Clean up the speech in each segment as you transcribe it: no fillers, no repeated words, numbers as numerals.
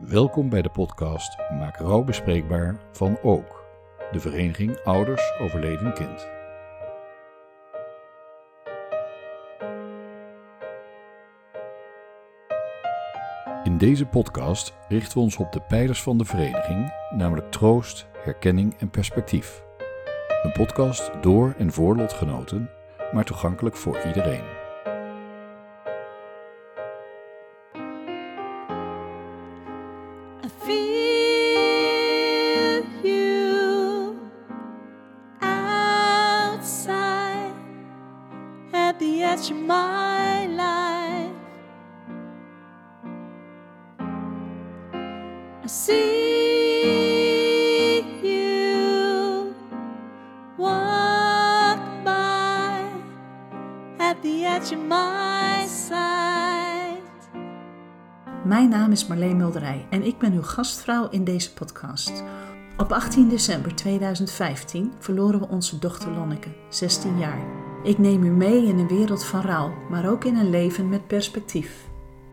Welkom bij de podcast Maak rouw bespreekbaar van OOK, de Vereniging Ouders Overleden Kind. In deze podcast richten we ons op de pijlers van de vereniging, namelijk troost, herkenning en perspectief. Een podcast door en voor lotgenoten, maar toegankelijk voor iedereen. I feel you outside at the edge of my life. I see you walk by at the edge of my sight. Mijn naam is Marleen Mulderij en ik ben uw gastvrouw in deze podcast. Op 18 december 2015 verloren we onze dochter Lonneke, 16 jaar. Ik neem u mee in een wereld van rouw, maar ook in een leven met perspectief.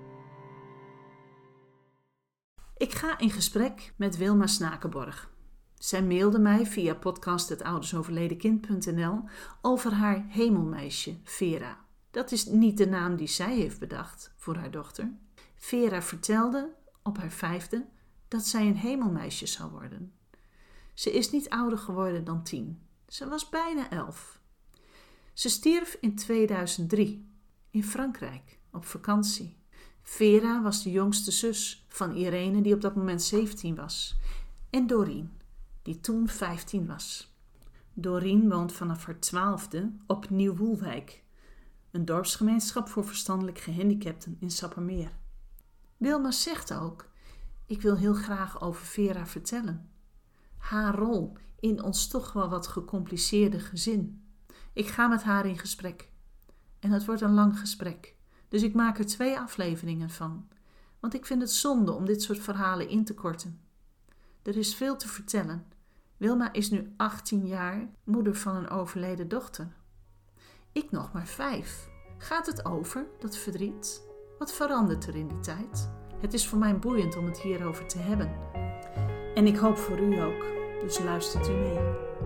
Ik ga in gesprek met Wilma Snakenborg. Zij mailde mij via podcast@oudersoverledenkind.nl over haar hemelmeisje Vera. Dat is niet de naam die zij heeft bedacht voor haar dochter. Vera vertelde op haar 5e dat zij een hemelmeisje zou worden. Ze is niet ouder geworden dan 10. Ze was bijna 11. Ze stierf in 2003 in Frankrijk op vakantie. Vera was de jongste zus van Irene, die op dat moment 17 was, en Doreen, die toen 15 was. Doreen woont vanaf haar 12e op Nieuw-Woelwijk, een dorpsgemeenschap voor verstandelijk gehandicapten in Sappemeer. Wilma zegt ook, ik wil heel graag over Vera vertellen. Haar rol in ons toch wel wat gecompliceerde gezin. Ik ga met haar in gesprek. En het wordt een lang gesprek. Dus ik maak er 2 afleveringen van. Want ik vind het zonde om dit soort verhalen in te korten. Er is veel te vertellen. Wilma is nu 18 jaar, moeder van een overleden dochter. Ik nog maar 5. Gaat het over, dat verdriet? Wat verandert er in die tijd? Het is voor mij boeiend om het hierover te hebben. En ik hoop voor u ook. Dus luistert u mee.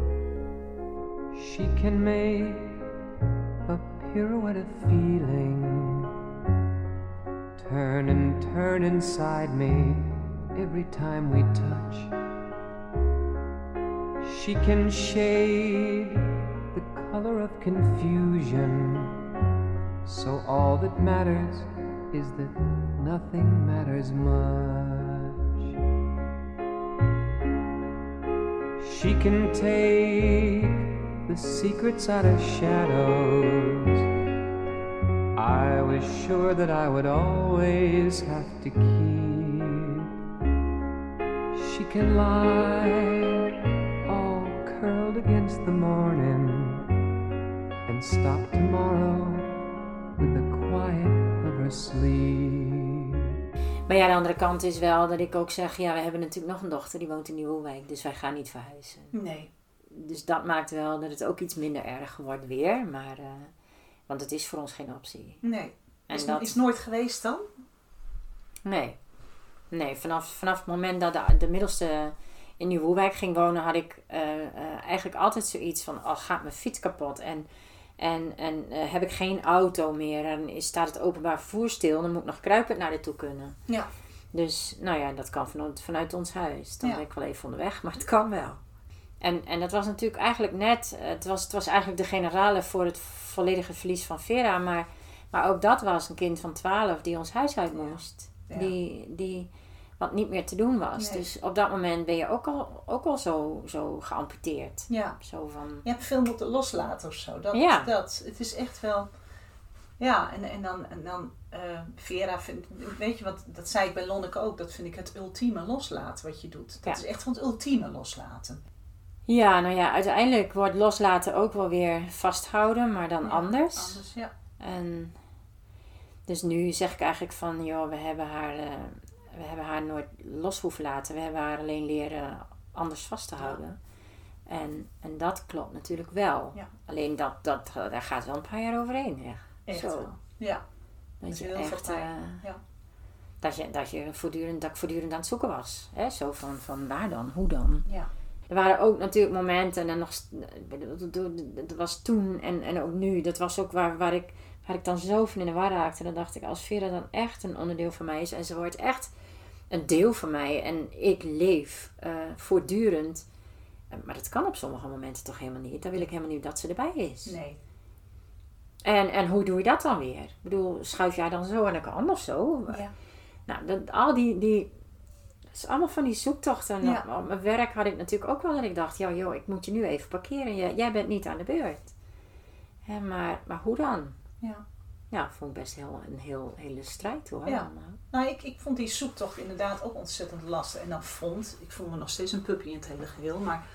She can make a pirouette of feeling, turn and turn inside me every time we touch. She can shade the color of confusion, so all that matters is that nothing matters much. She can take the secrets out of shadows I was sure that I would always have to keep. She can lie all curled against the morning and stop tomorrow with the quiet of her sleep. Maar ja, de andere kant is wel dat ik ook zeg, ja, we hebben natuurlijk nog een dochter, die woont in Nieuwwijk, dus wij gaan niet verhuizen. Nee. Dus dat maakt wel dat het ook iets minder erg wordt weer, maar, want het is voor ons geen optie. Nee. En Is dat nooit geweest dan? Nee, vanaf het moment dat de middelste in Nieuwwijk ging wonen, had ik eigenlijk altijd zoiets van, gaat mijn fiets kapot en heb ik geen auto meer en staat het openbaar vervoer stil, dan moet ik nog kruipend naar naartoe kunnen. Ja. Dus, nou ja, dat kan vanuit ons huis. Dan ben ik wel even onderweg, maar het kan wel. En dat was natuurlijk eigenlijk net, het was eigenlijk de generale voor het volledige verlies van Vera, maar ook dat was een kind van 12 die ons huis uit moest. Ja. Die wat niet meer te doen was. Nee. Dus op dat moment ben je ook al zo geamputeerd. Ja. Zo van, je hebt veel moeten loslaten of zo. Dat. Het is echt wel... Ja, en dan Vera vindt... Weet je wat, dat zei ik bij Lonneke ook. Dat vind ik het ultieme loslaten wat je doet. Dat is echt van het ultieme loslaten. Ja, nou ja, uiteindelijk wordt loslaten ook wel weer vasthouden, maar dan anders. Anders, ja. En dus nu zeg ik eigenlijk van, joh, we hebben haar nooit los hoeven laten. We hebben haar alleen leren anders vast te houden. Ja. En dat klopt natuurlijk wel. Ja. Alleen daar gaat wel een paar jaar overheen. Echt zo. wel. Ja. Dat je echt... dat ik voortdurend aan het zoeken was. Hè? Zo van waar dan? Hoe dan? Ja. Er waren ook natuurlijk momenten en dat was toen en ook nu. Dat was ook waar ik dan zo van in de war raakte. Dan dacht ik, als Vera dan echt een onderdeel van mij is en ze wordt echt een deel van mij en ik leef voortdurend. Maar dat kan op sommige momenten toch helemaal niet. Dan wil ik helemaal niet dat ze erbij is. Nee. En hoe doe je dat dan weer? Ik bedoel, schuif jij dan zo aan de kant of zo? Ja. Nou, al die dat is allemaal van die zoektochten. Ja. Op mijn werk had ik natuurlijk ook wel dat ik dacht, joh, ik moet je nu even parkeren. Jij bent niet aan de beurt. Maar hoe dan? Ja. Ja, vond ik best een hele strijd hoor. Ja. Nou, ik vond die zoektocht inderdaad ook ontzettend lastig. En ik voel me nog steeds een puppy in het hele geheel. Maar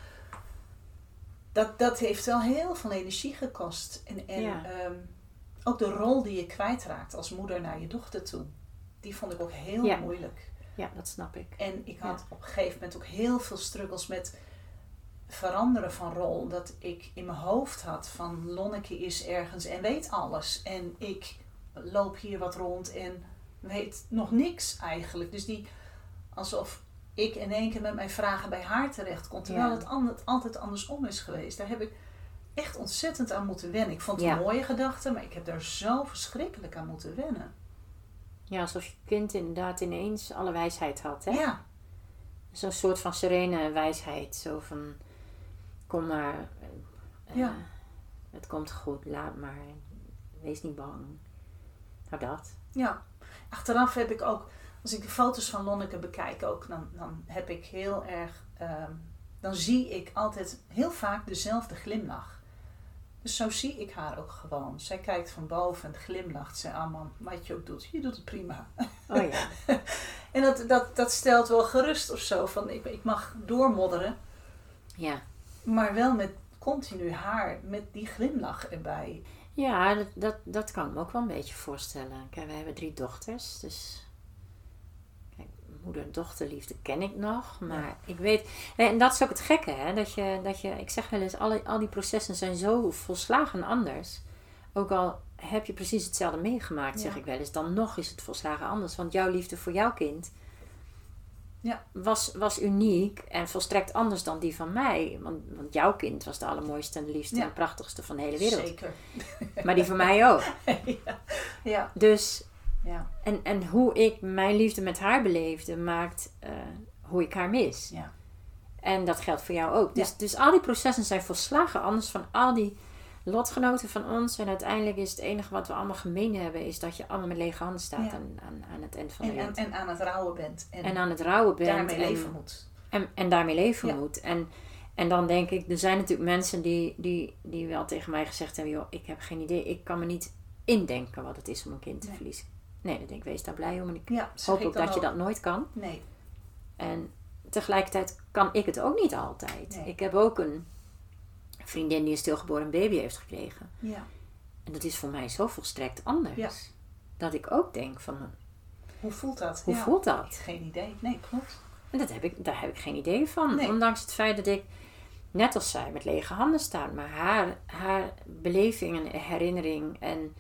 dat heeft wel heel veel energie gekost. En ook de rol die je kwijtraakt als moeder naar je dochter toe. Die vond ik ook heel moeilijk. Ja, dat snap ik. En ik had op een gegeven moment ook heel veel struggles met veranderen van rol. Dat ik in mijn hoofd had van Lonneke is ergens en weet alles. En ik loop hier wat rond en weet nog niks eigenlijk. Dus alsof ik in één keer met mijn vragen bij haar terecht kon. Terwijl het altijd andersom is geweest. Daar heb ik echt ontzettend aan moeten wennen. Ik vond het een mooie gedachte, maar ik heb daar zo verschrikkelijk aan moeten wennen. Ja, alsof je kind inderdaad ineens alle wijsheid had, hè? Ja. Zo'n soort van serene wijsheid. Zo van, kom maar. Het komt goed, laat maar. Wees niet bang. Nou dat. Ja. Achteraf heb ik ook, als ik de foto's van Lonneke bekijk ook, dan heb ik heel erg, dan zie ik altijd heel vaak dezelfde glimlach. Dus zo zie ik haar ook gewoon. Zij kijkt van boven en glimlacht. Zij, man, wat je ook doet, je doet het prima. Oh ja. En dat stelt wel gerust of zo. Van ik mag doormodderen. Ja. Maar wel met continu haar, met die glimlach erbij. Ja, dat kan ik me ook wel een beetje voorstellen. Kijk, we hebben 3 dochters. Dus moeder- en dochterliefde ken ik nog. Maar ik weet... En dat is ook het gekke, hè. Dat je ik zeg wel eens, al die processen zijn zo volslagen anders. Ook al heb je precies hetzelfde meegemaakt, zeg ik wel eens. Dan nog is het volslagen anders. Want jouw liefde voor jouw kind was uniek en volstrekt anders dan die van mij. Want jouw kind was de allermooiste en de liefste en de prachtigste van de hele wereld. Zeker. Maar die van mij ook. Ja. Dus... Ja. En hoe ik mijn liefde met haar beleefde, maakt hoe ik haar mis. Ja. En dat geldt voor jou ook. Dus al die processen zijn volslagen anders van al die lotgenoten van ons. En uiteindelijk is het enige wat we allemaal gemeen hebben, is dat je allemaal met lege handen staat aan het eind van de rit. En aan het rouwen bent. En aan het rouwen bent. Daarmee leven moet. En daarmee leven moet. En dan denk ik, er zijn natuurlijk mensen die wel tegen mij gezegd hebben, joh, ik heb geen idee. Ik kan me niet indenken wat het is om een kind te verliezen. Nee, dan denk ik, wees daar blij om. En ik hoop ook dat je dat nooit kan. Nee. En tegelijkertijd kan ik het ook niet altijd. Nee. Ik heb ook een vriendin die een stilgeboren baby heeft gekregen. Ja. En dat is voor mij zo volstrekt anders. Ja. Dat ik ook denk van, hoe voelt dat? Hoe voelt dat? Geen idee. Nee, klopt. En daar heb ik geen idee van. Nee. Ondanks het feit dat ik, net als zij, met lege handen sta. Maar haar beleving en herinnering en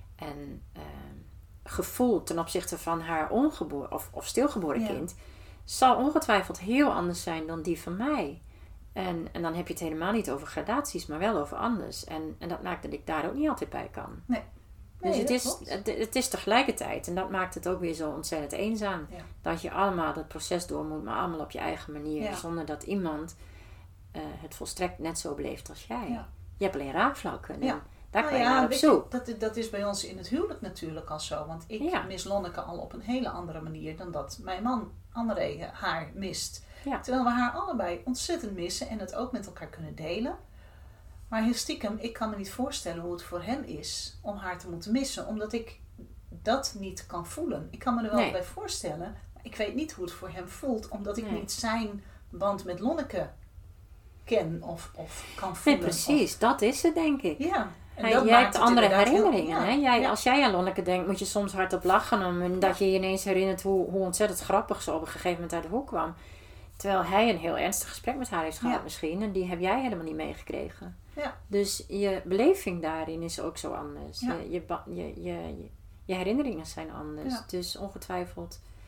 gevoel ten opzichte van haar ongeboren of stilgeboren kind zal ongetwijfeld heel anders zijn dan die van mij. En dan heb je het helemaal niet over gradaties, maar wel over anders. En dat maakt dat ik daar ook niet altijd bij kan. Nee. Dus het is tegelijkertijd, en dat maakt het ook weer zo ontzettend eenzaam, dat je allemaal dat proces door moet, maar allemaal op je eigen manier, zonder dat iemand het volstrekt net zo beleeft als jij. Ja. Je hebt alleen raakvlakken. Ja. Daar kan je naar op zoek. Dat is bij ons in het huwelijk natuurlijk al zo. Want ik mis Lonneke al op een hele andere manier dan dat mijn man André haar mist. Ja. Terwijl we haar allebei ontzettend missen en het ook met elkaar kunnen delen. Maar heel stiekem, ik kan me niet voorstellen hoe het voor hem is om haar te moeten missen. Omdat ik dat niet kan voelen. Ik kan me er wel bij voorstellen. Maar ik weet niet hoe het voor hem voelt. Omdat ik niet zijn band met Lonneke ken of kan voelen. Nee, precies. Dat is het, denk ik. Ja. Jij hebt andere herinneringen. Hè? Als jij aan Lonneke denkt, moet je soms hardop lachen. Omdat je je ineens herinnert hoe ontzettend grappig ze op een gegeven moment uit de hoek kwam. Terwijl hij een heel ernstig gesprek met haar heeft gehad misschien. En die heb jij helemaal niet meegekregen. Ja. Dus je beleving daarin is ook zo anders. Ja. Je herinneringen zijn anders. Ja. Dus ongetwijfeld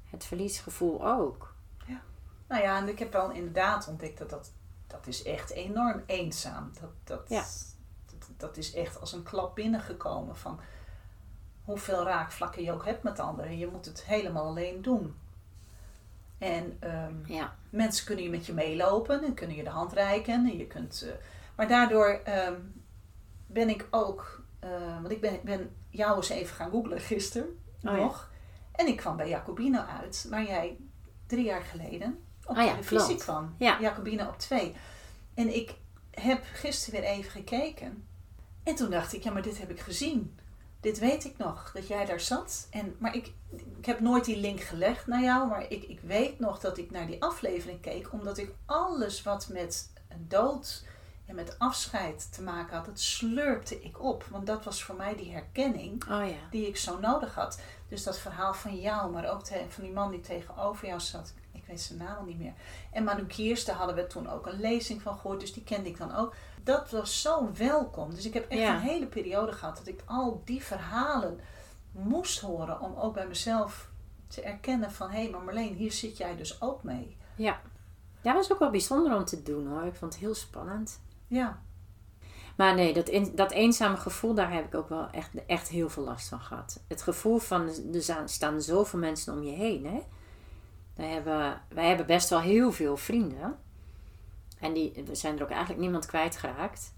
het verliesgevoel ook. Nou ja, en ik heb wel inderdaad ontdekt dat is echt enorm eenzaam. Dat is echt als een klap binnengekomen van hoeveel raakvlakken je ook hebt met anderen. Je moet het helemaal alleen doen. En mensen kunnen je met je meelopen en kunnen je de hand reiken. En je kunt, maar daardoor ben ik ook, want ik ben jou eens even gaan googlen gisteren nog. En ik kwam bij Jacobino uit, waar jij 3 jaar geleden op televisie kwam. Ja. Jacobino op 2. En ik heb gisteren weer even gekeken. En toen dacht ik, maar dit heb ik gezien. Dit weet ik nog, dat jij daar zat. Maar ik heb nooit die link gelegd naar jou. Maar ik weet nog dat ik naar die aflevering keek. Omdat ik alles wat met dood en met afscheid te maken had, dat slurpte ik op. Want dat was voor mij die herkenning die ik zo nodig had. Dus dat verhaal van jou, maar ook van die man die tegenover jou zat. Ik weet zijn naam al niet meer. En Manu Kiers, daar hadden we toen ook een lezing van gehoord. Dus die kende ik dan ook. Dat was zo welkom. Dus ik heb echt een hele periode gehad dat ik al die verhalen moest horen. Om ook bij mezelf te erkennen van, hé, maar Marleen, hier zit jij dus ook mee. Ja, dat was ook wel bijzonder om te doen hoor. Ik vond het heel spannend. Ja. Maar nee, dat eenzame gevoel, daar heb ik ook wel echt heel veel last van gehad. Het gevoel van, er staan zoveel mensen om je heen. Hè? Wij hebben best wel heel veel vrienden. En we zijn er ook eigenlijk niemand kwijtgeraakt.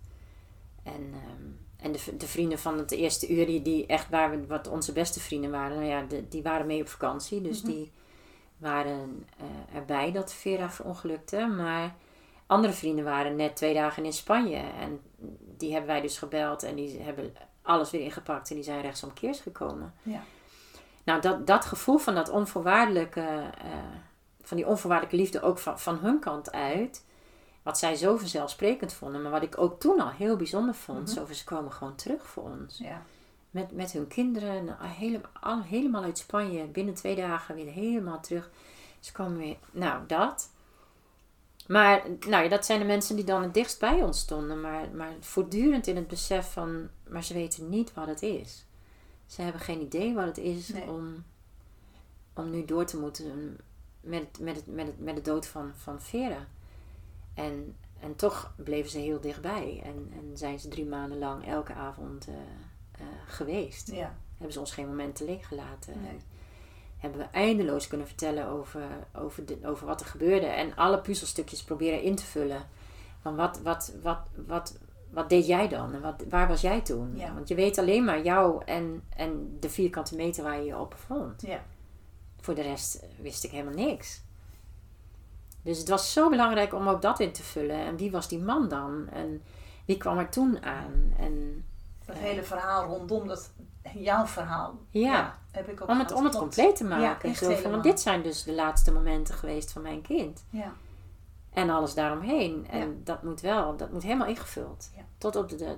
En de vrienden van het eerste uur, die echt wat onze beste vrienden waren, die waren mee op vakantie. Dus die waren erbij dat Vera verongelukte. Maar andere vrienden waren net 2 dagen in Spanje. En die hebben wij dus gebeld en die hebben alles weer ingepakt. En die zijn rechtsomkeers gekomen. Ja. Nou, dat gevoel van dat onvoorwaardelijke, van die onvoorwaardelijke liefde ook van hun kant uit. Wat zij zo vanzelfsprekend vonden. Maar wat ik ook toen al heel bijzonder vond. Ze komen gewoon terug voor ons. Ja. Met hun kinderen. Helemaal uit Spanje. Binnen 2 dagen weer helemaal terug. Ze komen weer. Nou, dat. Maar dat zijn de mensen die dan het dichtst bij ons stonden. Maar voortdurend in het besef van. Maar ze weten niet wat het is. Ze hebben geen idee wat het is om nu door te moeten met de dood van Vera. En toch bleven ze heel dichtbij. En zijn ze 3 maanden lang elke avond geweest. Ja. Hebben ze ons geen momenten leeg gelaten. Nee. Hebben we eindeloos kunnen vertellen over wat er gebeurde. En alle puzzelstukjes proberen in te vullen. Van wat deed jij dan? En waar was jij toen? Ja. Want je weet alleen maar jou en de vierkante meter waar je je op bevond. Ja. Voor de rest wist ik helemaal niks. Dus het was zo belangrijk om ook dat in te vullen. En wie was die man dan? En wie kwam er toen aan? En dat hele verhaal rondom jouw verhaal. Ja, heb ik ook om het compleet te maken. Ja, echt want dit zijn dus de laatste momenten geweest van mijn kind. Ja. En alles daaromheen. En dat moet helemaal ingevuld. Ja. Tot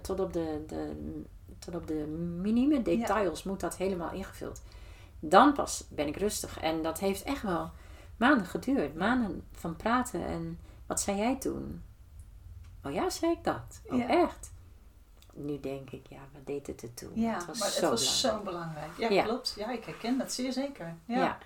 op de minieme details moet dat helemaal ingevuld. Dan pas ben ik rustig. En dat heeft echt wel maanden geduurd. Maanden van praten. En wat zei jij toen? Oh ja, zei ik dat? Oh echt? Nu denk ik, wat deed het er toen? Ja, het was zo belangrijk. Ja, klopt. Ja, ik herken dat zeer zeker. Ja.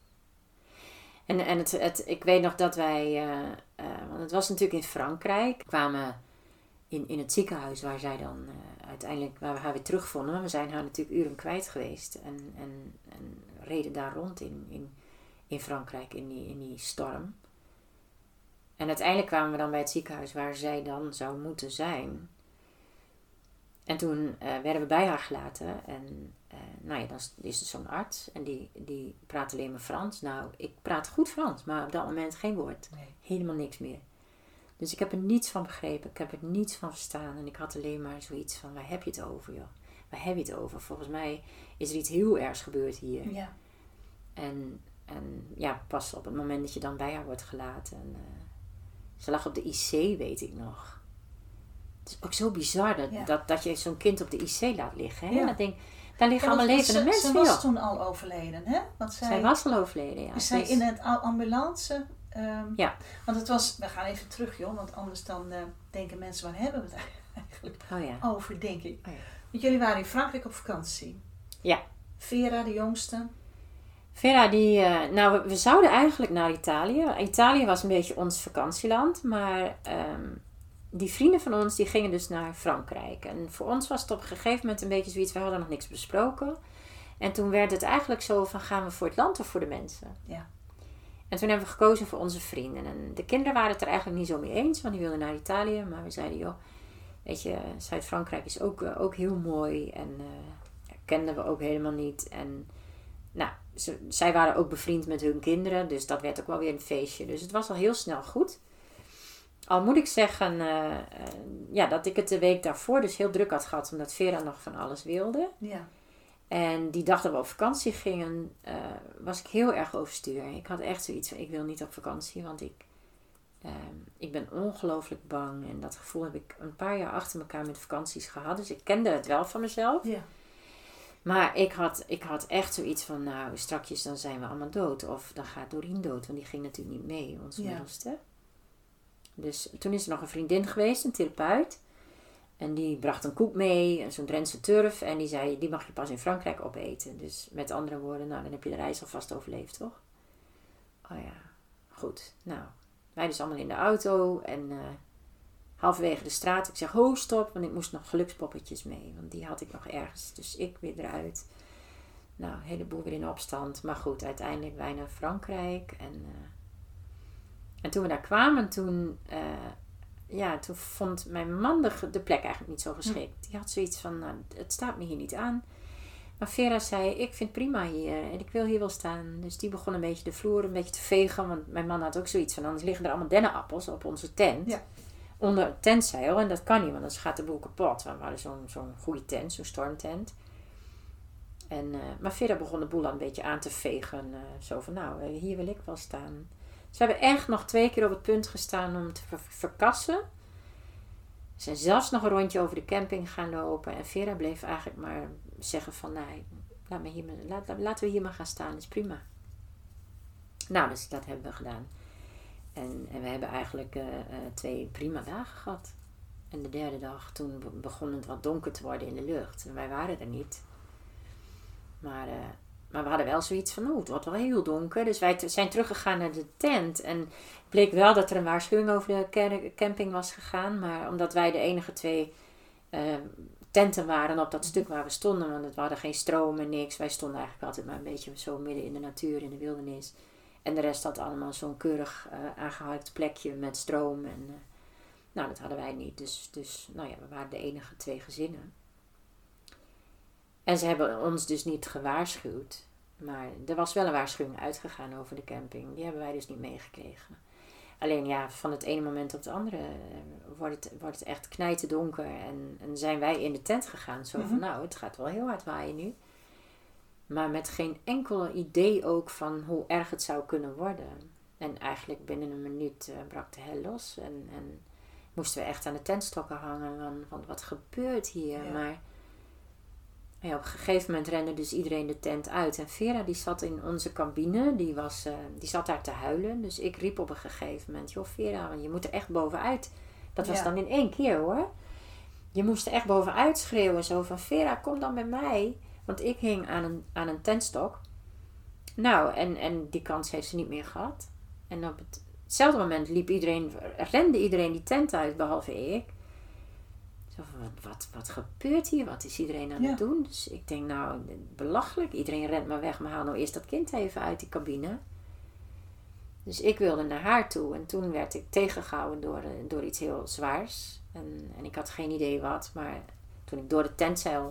En ik weet nog dat wij, want het was natuurlijk in Frankrijk, kwamen in het ziekenhuis waar zij dan uiteindelijk, waar we haar weer terugvonden. Maar we zijn haar natuurlijk uren kwijt geweest en reden daar rond in Frankrijk in die storm. En uiteindelijk kwamen we dan bij het ziekenhuis waar zij dan zou moeten zijn. En toen werden we bij haar gelaten. En dan is er zo'n arts. En die praat alleen maar Frans. Nou, ik praat goed Frans. Maar op dat moment geen woord. Nee. Helemaal niks meer. Dus ik heb er niets van begrepen. Ik heb er niets van verstaan. En ik had alleen maar zoiets van, waar heb je het over, joh? Waar heb je het over? Volgens mij is er iets heel ergs gebeurd hier. Ja. En pas op het moment dat je dan bij haar wordt gelaten. Ze lag op de IC, weet ik nog. Het is ook zo bizar dat je zo'n kind op de IC laat liggen. Hè? Ja. Dat daar liggen allemaal levende mensen. Ze was toen al overleden, hè? Zij was al overleden, ja. Is zij in het ambulance? Ja. Want het was, we gaan even terug, joh. Want anders dan denken mensen, waar hebben we het eigenlijk over, denk ik. Oh, ja. Want jullie waren in Frankrijk op vakantie. Ja. Vera, de jongste. Vera, we zouden eigenlijk naar Italië. Italië was een beetje ons vakantieland. Maar die vrienden van ons, die gingen dus naar Frankrijk. En voor ons was het op een gegeven moment een beetje zoiets. We hadden nog niks besproken. En toen werd het eigenlijk zo van, gaan we voor het land of voor de mensen? Ja. En toen hebben we gekozen voor onze vrienden. En de kinderen waren het er eigenlijk niet zo mee eens. Want die wilden naar Italië. Maar we zeiden, joh, weet je, Zuid-Frankrijk is ook heel mooi. En kenden we ook helemaal niet. En nou, zij waren ook bevriend met hun kinderen. Dus dat werd ook wel weer een feestje. Dus het was al heel snel goed. Al moet ik zeggen dat ik het de week daarvoor dus heel druk had gehad. Omdat Vera nog van alles wilde. Ja. En die dag dat we op vakantie gingen, was ik heel erg overstuur. Ik had echt zoiets van, ik wil niet op vakantie. Want ik ben ongelooflijk bang. En dat gevoel heb ik een paar jaar achter elkaar met vakanties gehad. Dus ik kende het wel van mezelf. Ja. Maar ik had echt zoiets van, nou, strakjes dan zijn we allemaal dood. Of dan gaat Doreen dood, want die ging natuurlijk niet mee, onze middelste. Dus toen is er nog een vriendin geweest, een therapeut. En die bracht een koek mee, zo'n Drentse turf. En die zei, die mag je pas in Frankrijk opeten. Dus met andere woorden, nou, dan heb je de reis alvast overleefd, toch? Oh ja, goed. Nou, wij dus allemaal in de auto. En halverwege de straat, ik zeg, ho, stop. Want ik moest nog gelukspoppetjes mee. Want die had ik nog ergens. Dus ik weer eruit. Nou, een heleboel weer in opstand. Maar goed, uiteindelijk wij naar Frankrijk. En toen we daar kwamen, toen vond mijn man de plek eigenlijk niet zo geschikt. Die had zoiets van, nou, het staat me hier niet aan. Maar Vera zei, ik vind het prima hier. En ik wil hier wel staan. Dus die begon een beetje de vloer een beetje te vegen. Want mijn man had ook zoiets van, anders liggen er allemaal dennenappels op onze tent. Ja. Onder het tentzeil. En dat kan niet, want anders gaat de boel kapot. We hadden zo'n goede tent, zo'n stormtent. Maar Vera begon de boel dan een beetje aan te vegen. Zo van, nou, hier wil ik wel staan. Dus we hebben echt nog 2 keer op het punt gestaan om te verkassen. We zijn zelfs nog een rondje over de camping gaan lopen. En Vera bleef eigenlijk maar zeggen van, nee, laten we hier maar gaan staan, is prima. Nou, dus dat hebben we gedaan. En we hebben eigenlijk 2 prima dagen gehad. En de derde dag, toen begon het wat donker te worden in de lucht. En wij waren er niet. Maar we hadden wel zoiets van, het wordt wel heel donker. Dus wij zijn teruggegaan naar de tent. En het bleek wel dat er een waarschuwing over de camping was gegaan. Maar omdat wij de enige 2 tenten waren op dat stuk waar we stonden. Want we hadden geen stroom en niks. Wij stonden eigenlijk altijd maar een beetje zo midden in de natuur, in de wildernis. En de rest had allemaal zo'n keurig aangeharkt plekje met stroom. En dat hadden wij niet. Dus we waren de enige 2 gezinnen. En ze hebben ons dus niet gewaarschuwd. Maar er was wel een waarschuwing uitgegaan over de camping. Die hebben wij dus niet meegekregen. Alleen van het ene moment op het andere wordt het echt knijterdonker. En zijn wij in de tent gegaan. Zo van, het gaat wel heel hard waaien nu. Maar met geen enkel idee ook van hoe erg het zou kunnen worden. En eigenlijk binnen een minuut brak de hel los. En moesten we echt aan de tentstokken hangen. Want wat gebeurt hier? Ja. Maar op een gegeven moment rende dus iedereen de tent uit. En Vera die zat in onze cabine. Die zat daar te huilen. Dus ik riep op een gegeven moment, joh Vera, je moet er echt bovenuit. Dat was dan in 1 keer hoor. Je moest er echt bovenuit schreeuwen. Zo van, Vera, kom dan bij mij. Want ik hing aan een tentstok. Nou, en die kans heeft ze niet meer gehad. En op hetzelfde moment rende iedereen die tent uit, behalve ik. Zo van, wat gebeurt hier? Wat is iedereen aan het doen? Dus ik denk, belachelijk. Iedereen rent maar weg. Maar haal nou eerst dat kind even uit die cabine. Dus ik wilde naar haar toe. En toen werd ik tegengehouden door iets heel zwaars. En ik had geen idee wat. Maar toen ik door de tentzeil...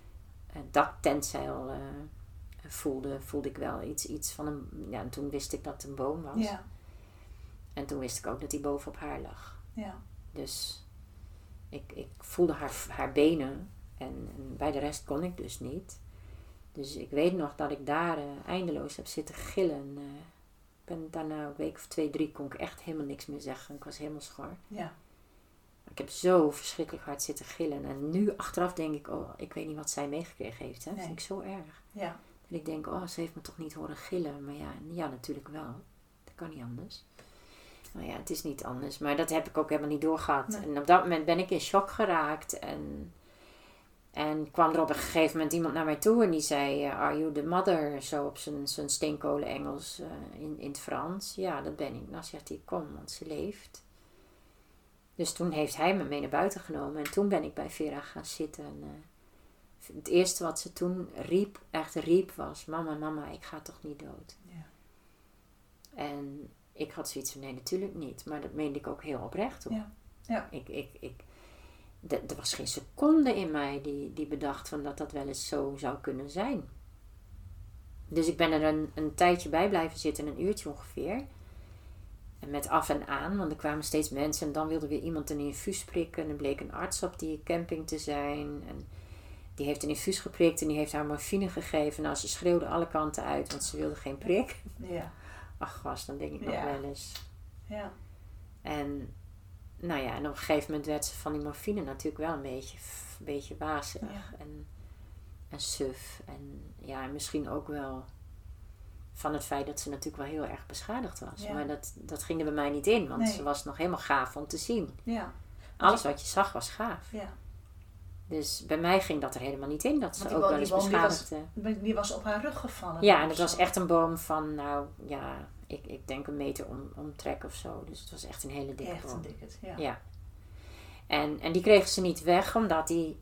daktentzeil voelde ik wel iets van een... Ja, en toen wist ik dat het een boom was. Ja. En toen wist ik ook dat hij bovenop haar lag. Ja. Dus ik voelde haar benen. En bij de rest kon ik dus niet. Dus ik weet nog dat ik daar eindeloos heb zitten gillen. Ik ben daarna een week of 2, 3 kon ik echt helemaal niks meer zeggen. Ik was helemaal schor. Ja. Ik heb zo verschrikkelijk hard zitten gillen. En nu achteraf denk ik, ik weet niet wat zij meegekregen heeft. Hè? Dat vind ik zo erg. Ja. En ik denk, ze heeft me toch niet horen gillen. Maar ja, natuurlijk wel. Dat kan niet anders. Maar ja, het is niet anders. Maar dat heb ik ook helemaal niet doorgehad. Nee. En op dat moment ben ik in shock geraakt. En kwam er op een gegeven moment iemand naar mij toe en die zei, are you the mother? Zo op zijn steenkolen Engels in het Frans. Ja, dat ben ik. Nou zegt hij, kom, want ze leeft. Dus toen heeft hij me mee naar buiten genomen. En toen ben ik bij Vera gaan zitten. En, het eerste wat ze toen riep was, mama, ik ga toch niet dood. Ja. En ik had zoiets van, nee, natuurlijk niet. Maar dat meende ik ook heel oprecht hoor. Ja. Ja. Er was geen seconde in mij die bedacht van dat wel eens zo zou kunnen zijn. Dus ik ben er een tijdje bij blijven zitten, een uurtje ongeveer. En met af en aan, want er kwamen steeds mensen en dan wilde weer iemand een infuus prikken. En er bleek een arts op die camping te zijn. En die heeft een infuus geprikt en die heeft haar morfine gegeven. Nou, ze schreeuwde alle kanten uit, want ze wilde geen prik. Ja. Ach gast, dan denk ik nog wel eens. Ja. En nou ja, en op een gegeven moment werd ze van die morfine natuurlijk wel een beetje wazig en suf. En ja, misschien ook wel van het feit dat ze natuurlijk wel heel erg beschadigd was. Ja. Maar dat ging er bij mij niet in, want ze was nog helemaal gaaf om te zien. Ja. Alles wat je zag was gaaf. Ja. Dus bij mij ging dat er helemaal niet in, dat ze ook wel eens beschadigde. Die was op haar rug gevallen. Ja, en het was echt een boom van, nou ja, ik denk 1 meter omtrek of zo. Dus het was echt een hele dikke boom. Echt een dikke, ja. Ja. En die kregen ze niet weg, omdat die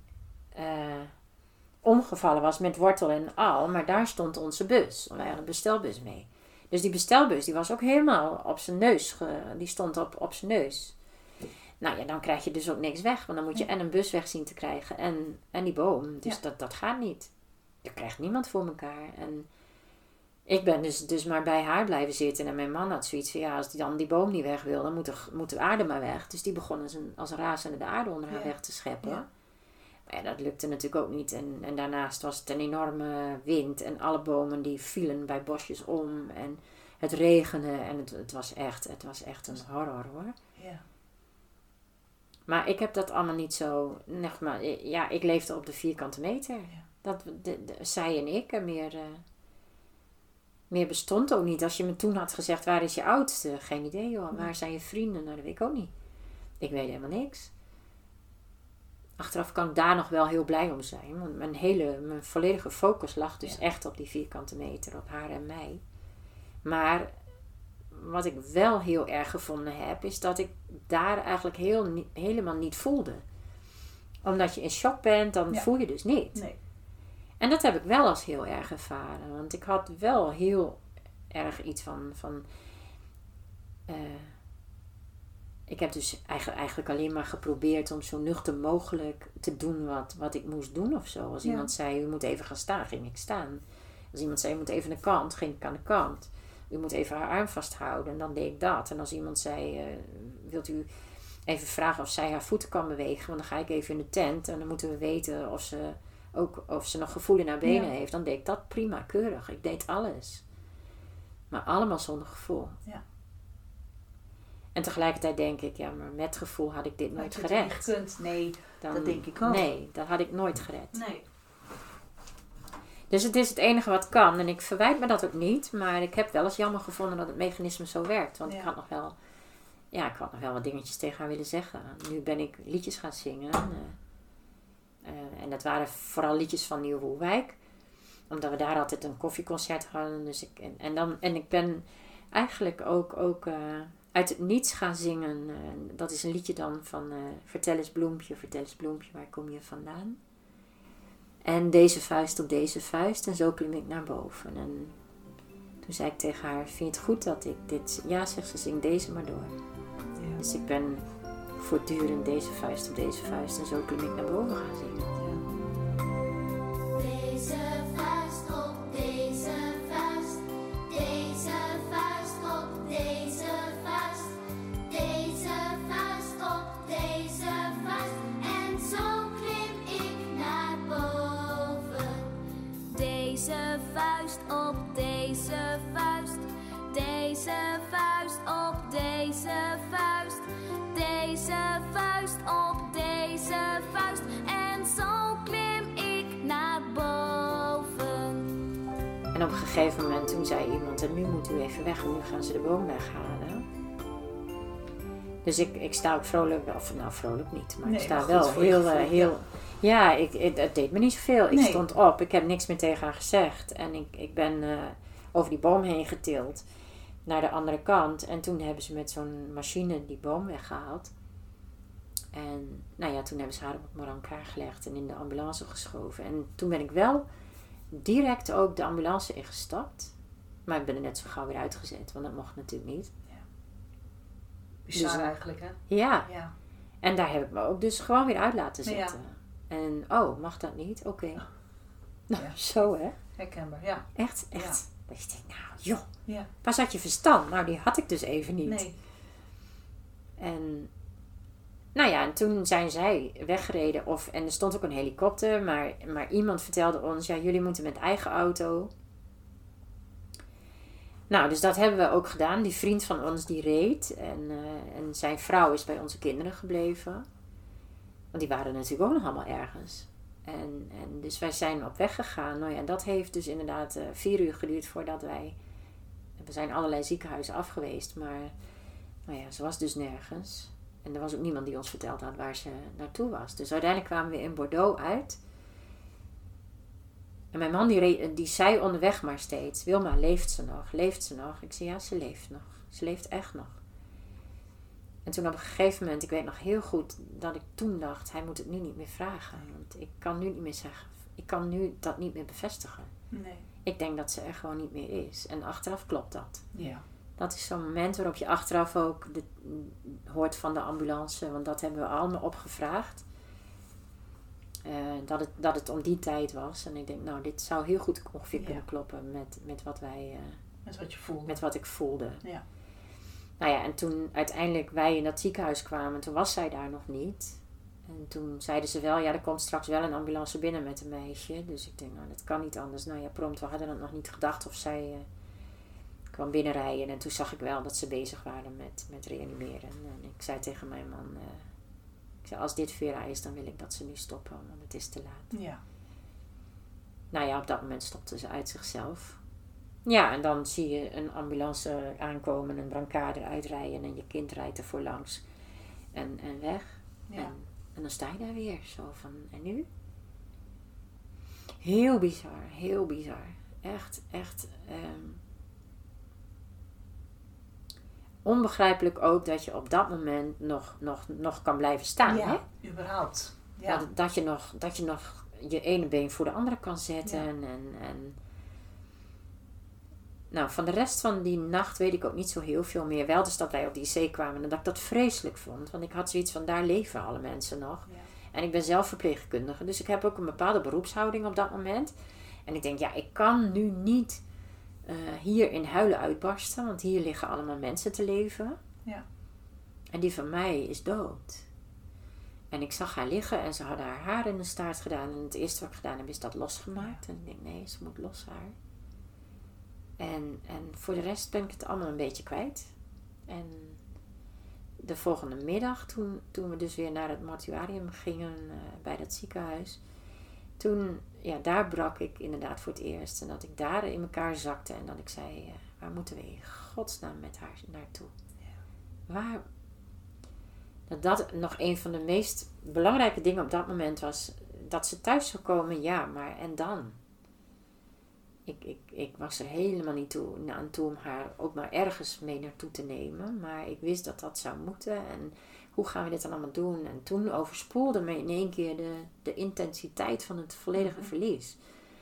omgevallen was met wortel en al. Maar daar stond onze bus. Wij hadden een bestelbus mee. Dus die bestelbus, die was ook helemaal op zijn neus. Die stond op zijn neus. Nou ja, dan krijg je dus ook niks weg. Want dan moet je en een bus weg zien te krijgen en die boom. Dus dat gaat niet. Dat krijgt niemand voor elkaar. En ik ben dus maar bij haar blijven zitten. En mijn man had zoiets van, ja, als die dan die boom niet weg wil, dan moet de aarde maar weg. Dus die begon als razende de aarde onder haar weg te scheppen. Ja. Maar ja, dat lukte natuurlijk ook niet. En daarnaast was het een enorme wind. En alle bomen die vielen bij bosjes om. En het regende. En het was echt een horror hoor. Ja. Maar ik heb dat allemaal niet zo... Ja, ik leefde op de vierkante meter. Ja. Zij en ik. En meer bestond ook niet. Als je me toen had gezegd, waar is je oudste? Geen idee joh. Nee. Waar zijn je vrienden? Nou, dat weet ik ook niet. Ik weet helemaal niks. Achteraf kan ik daar nog wel heel blij om zijn. Want mijn volledige focus lag dus echt op die vierkante meter. Op haar en mij. Maar wat ik wel heel erg gevonden heb, is dat ik daar eigenlijk helemaal niet voelde. Omdat je in shock bent, dan voel je dus niet. Nee. En dat heb ik wel als heel erg ervaren. Want ik had wel heel erg iets van ik heb dus eigenlijk alleen maar geprobeerd om zo nuchter mogelijk te doen wat ik moest doen of zo. Als iemand zei, u moet even gaan staan, ging ik staan. Als iemand zei, u moet even aan de kant, ging ik aan de kant. U moet even haar arm vasthouden en dan deed ik dat. En als iemand zei, wilt u even vragen of zij haar voeten kan bewegen, want dan ga ik even in de tent en dan moeten we weten of ze nog gevoel in haar benen heeft. Dan deed ik dat prima, keurig. Ik deed alles. Maar allemaal zonder gevoel. Ja. En tegelijkertijd denk ik, ja, maar met gevoel had ik dit nooit gered. Niet gekund. Nee, dat denk ik ook. Nee, dat had ik nooit gered. Nee. Dus het is het enige wat kan. En ik verwijt me dat ook niet. Maar ik heb wel eens jammer gevonden dat het mechanisme zo werkt. Want ik had nog wel wat dingetjes tegen haar willen zeggen. Nu ben ik liedjes gaan zingen. En dat waren vooral liedjes van Nieuw Woelwijk. Omdat we daar altijd een koffieconcert hadden. Dus ik ben eigenlijk ook uit het niets gaan zingen. Dat is een liedje dan van vertel eens bloempje, waar kom je vandaan? En deze vuist op deze vuist. En zo klim ik naar boven. En toen zei ik tegen haar, vind je het goed dat ik dit... Ja, zegt ze, zing deze maar door. Ja. Dus ik ben voortdurend deze vuist op deze vuist. En zo klim ik naar boven gaan zingen. Deze vuist op deze vuist. Deze vuist op deze vuist. Deze vuist op deze vuist. En zo klim ik naar boven. Deze vuist op deze vuist. Deze vuist op deze vuist. Deze vuist op deze vuist. En zo klim ik naar boven. En op een gegeven moment toen zei iemand, en nu moet u even weg, en nu gaan ze de boom weghalen. Dus ik sta ook vrolijk, of nou vrolijk niet, maar ik sta wel Ja, het deed me niet zoveel. Ik Nee. stond op, ik heb niks meer tegen haar gezegd. En ik ben over die boom heen getild naar de andere kant. En toen hebben ze met zo'n machine die boom weggehaald. En nou ja, toen hebben ze haar op het brancard gelegd en in de ambulance geschoven. En toen ben ik wel direct ook de ambulance ingestapt. Maar ik ben er net zo gauw weer uitgezet, want dat mocht natuurlijk niet. Bizar Dus- eigenlijk, hè? Ja, Ja. en daar heb ik me ook dus gewoon weer uit laten Ja. zetten. En mag dat niet? Oké. Nou, Ja. zo hè. Herkenbaar, ja. Echt. Ja. Dat je denkt, nou joh, Ja. waar zat je verstand? Nou, die had ik dus even niet. Nee. En nou ja, en toen zijn zij weggereden. En er stond ook een helikopter. Maar iemand vertelde ons, ja, jullie moeten met eigen auto. Nou, dus dat hebben we ook gedaan. Die vriend van ons die reed. En zijn vrouw is bij onze kinderen gebleven. Want die waren natuurlijk ook nog allemaal ergens. En dus wij zijn op weg gegaan. Nou ja, dat heeft dus inderdaad 4 uur geduurd voordat wij... We zijn allerlei ziekenhuizen afgeweest. Maar nou ja, ze was dus nergens. En er was ook niemand die ons verteld had waar ze naartoe was. Dus uiteindelijk kwamen we in Bordeaux uit. En mijn man die zei onderweg maar steeds... Wilma, leeft ze nog? Leeft ze nog? Ik zei, ja, ze leeft nog. Ze leeft echt nog. En toen op een gegeven moment... Ik weet nog heel goed dat ik toen dacht... Hij moet het nu niet meer vragen. Want ik kan nu niet meer zeggen... Ik kan nu dat niet meer bevestigen. Nee. Ik denk dat ze er gewoon niet meer is. En achteraf klopt dat. Ja. Dat is zo'n moment waarop je achteraf ook hoort van de ambulance. Want dat hebben we allemaal opgevraagd. Dat het om die tijd was. En ik denk, nou, dit zou heel goed ongeveer kunnen kloppen met wat wij... Met wat je voelde. met wat ik voelde. Ja. Nou ja, en toen uiteindelijk wij in dat ziekenhuis kwamen, toen was zij daar nog niet. En toen zeiden ze wel, ja, er komt straks wel een ambulance binnen met een meisje. Dus ik denk, nou, dat kan niet anders. Nou ja, prompt, we hadden het nog niet gedacht of zij kwam binnenrijden. En toen zag ik wel dat ze bezig waren met reanimeren. En ik zei tegen mijn man, ik zei, als dit Vera is, dan wil ik dat ze nu stoppen, want het is te laat. Ja. Nou ja, op dat moment stopte ze uit zichzelf. Ja, en dan zie je een ambulance aankomen, een brancard eruit rijden en je kind rijdt ervoor langs en weg. Ja. En dan sta je daar weer zo van, en nu? Heel bizar, heel bizar. Echt. Onbegrijpelijk ook dat je op dat moment nog kan blijven staan. Ja, Hè? überhaupt. Ja. Dat je nog je ene been voor de andere kan zetten. Ja. En nou, van de rest van die nacht weet ik ook niet zo heel veel meer. Wel dus dat wij op die zee kwamen en dat ik dat vreselijk vond. Want ik had zoiets van, daar leven alle mensen nog. Ja. En ik ben zelf verpleegkundige. Dus ik heb ook een bepaalde beroepshouding op dat moment. En ik denk, ja, ik kan nu niet hier in huilen uitbarsten. Want hier liggen allemaal mensen te leven. Ja. En die van mij is dood. En ik zag haar liggen en ze hadden haar haar in de staart gedaan. En het eerste wat ik gedaan heb is dat losgemaakt. Ja. En ik denk, nee, ze moet los haar. En voor de rest ben ik het allemaal een beetje kwijt. En de volgende middag, toen we dus weer naar het mortuarium gingen bij dat ziekenhuis. Toen, ja, daar brak ik inderdaad voor het eerst. En dat ik daar in elkaar zakte en dat ik zei, waar moeten we in godsnaam met haar naartoe? Ja. Dat nog een van de meest belangrijke dingen op dat moment was, dat ze thuis zou komen, ja, maar en dan? Ik was er helemaal niet aan toe om haar ook maar ergens mee naartoe te nemen. Maar ik wist dat dat zou moeten. En hoe gaan we dit dan allemaal doen? En toen overspoelde me in één keer de intensiteit van het volledige verlies.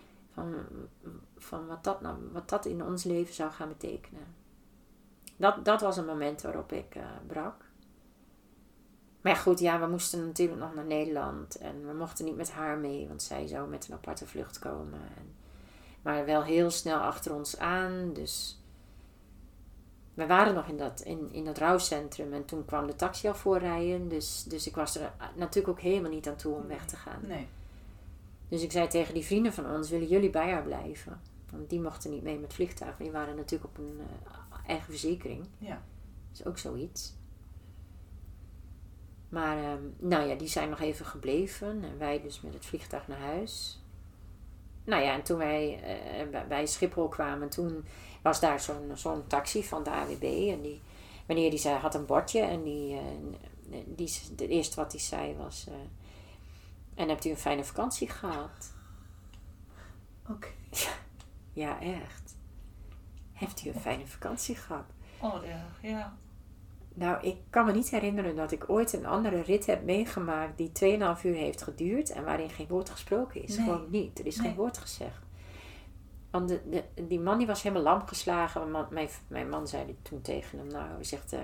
Van wat dat in ons leven zou gaan betekenen. Dat was een moment waarop ik brak. Maar ja, goed, ja, we moesten natuurlijk nog naar Nederland. En we mochten niet met haar mee, want zij zou met een aparte vlucht komen. Maar wel heel snel achter ons aan. Dus we waren nog in dat rouwcentrum. En toen kwam de taxi al voorrijden. Dus ik was er natuurlijk ook helemaal niet aan toe om weg te gaan. Nee. Dus ik zei tegen die vrienden van ons, willen jullie bij haar blijven? Want die mochten niet mee met vliegtuig. Die waren natuurlijk op een eigen verzekering. Ja. Dat is ook zoiets. Maar nou ja, die zijn nog even gebleven. En wij dus met het vliegtuig naar huis. Nou ja, en toen wij bij Schiphol kwamen, toen was daar zo'n taxi van de AWB. En die meneer had een bordje. En het eerste wat hij zei was, En hebt u een fijne vakantie gehad? Oké. Ja, echt. Heeft u een fijne vakantie gehad? Oh ja. Nou, ik kan me niet herinneren dat ik ooit een andere rit heb meegemaakt die 2,5 uur heeft geduurd en waarin geen woord gesproken is. Nee. Gewoon niet. Er is Nee. geen woord gezegd. Want die man die was helemaal lam geslagen. Mijn man zei toen tegen hem, nou, hij zegt,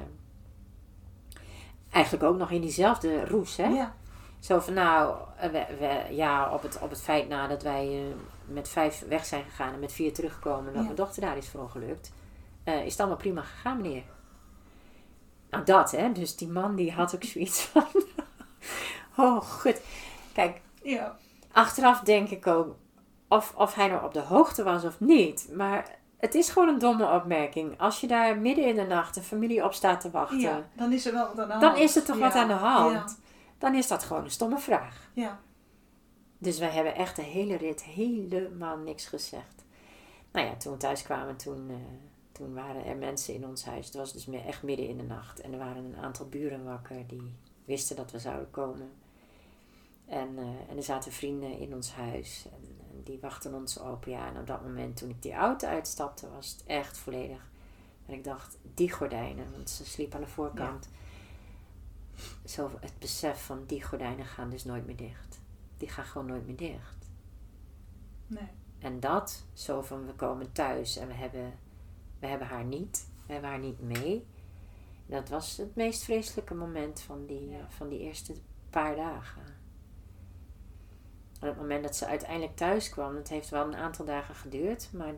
eigenlijk ook nog in diezelfde roes, hè? Ja. Zo van, nou, op het feit nadat wij met 5 weg zijn gegaan en met 4 terugkomen, dat mijn dochter daar is verongelukt, is het allemaal prima gegaan, meneer. Nou, dat, hè. Dus die man die had ook zoiets van, oh, goed. Kijk, Ja. achteraf denk ik ook, of hij nou op de hoogte was of niet. Maar het is gewoon een domme opmerking. Als je daar midden in de nacht een familie op staat te wachten, Ja, dan is er wel wat aan de hand. dan is er toch wat aan de hand. Ja. Dan is dat gewoon een stomme vraag. Ja. Dus wij hebben echt de hele rit helemaal niks gezegd. Nou ja, toen we thuis kwamen, toen waren er mensen in ons huis. Het was dus echt midden in de nacht. En er waren een aantal buren wakker die wisten dat we zouden komen. En er zaten vrienden in ons huis. En die wachten ons op. Ja, en op dat moment toen ik die auto uitstapte, was het echt volledig. En ik dacht, die gordijnen, want ze sliep aan de voorkant. Zo het besef van die gordijnen gaan dus nooit meer dicht. Die gaan gewoon nooit meer dicht. Nee. En dat, zo van we komen thuis en we hebben haar niet. We hebben haar niet mee. Dat was het meest vreselijke moment van die eerste paar dagen. En op het moment dat ze uiteindelijk thuis kwam, het heeft wel een aantal dagen geduurd, maar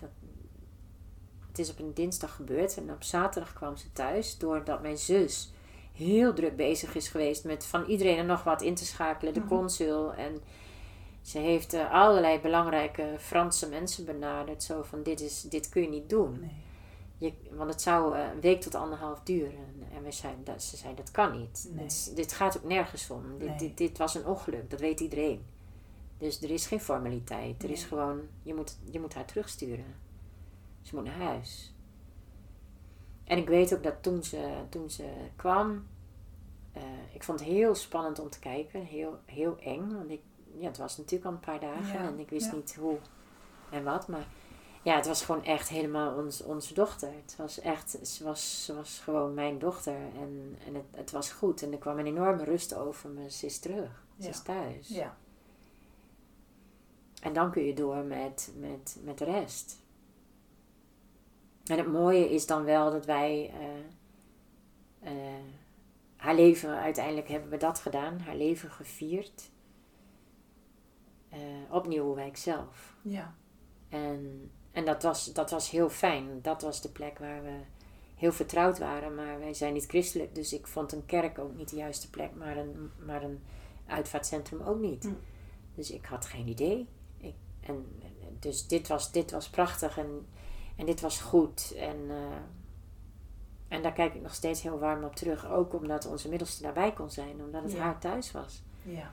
het is op een dinsdag gebeurd en op zaterdag kwam ze thuis doordat mijn zus heel druk bezig is geweest met van iedereen en nog wat in te schakelen, de consul. En ze heeft allerlei belangrijke Franse mensen benaderd, zo van dit kun je niet doen. Nee. Want het zou een week tot 1,5 duren. En ze zei dat kan niet. Nee. Dit gaat ook nergens om. Nee. Dit was een ongeluk, dat weet iedereen. Dus er is geen formaliteit. Er Nee. is gewoon, je moet haar terugsturen. Ze moet naar huis. En ik weet ook dat toen ze kwam, ik vond het heel spannend om te kijken. Heel, heel eng. Want het was natuurlijk al een paar dagen en ik wist niet hoe en wat. Maar ja, het was gewoon echt helemaal onze dochter. Het was echt, ze was gewoon mijn dochter. En het was goed. En er kwam een enorme rust over me. Ze is terug. Ze is thuis. Ja. En dan kun je door met de rest. En het mooie is dan wel dat wij haar leven, uiteindelijk hebben we dat gedaan. Haar leven gevierd. Op Nieuwewijk zelf. Ja. En dat was heel fijn. Dat was de plek waar we heel vertrouwd waren. Maar wij zijn niet christelijk. Dus ik vond een kerk ook niet de juiste plek. Maar een uitvaartcentrum ook niet. Dus ik had geen idee. Dus dit was prachtig. En dit was goed. En daar kijk ik nog steeds heel warm op terug. Ook omdat onze middelste daarbij kon zijn. Omdat het haar thuis was. Ja.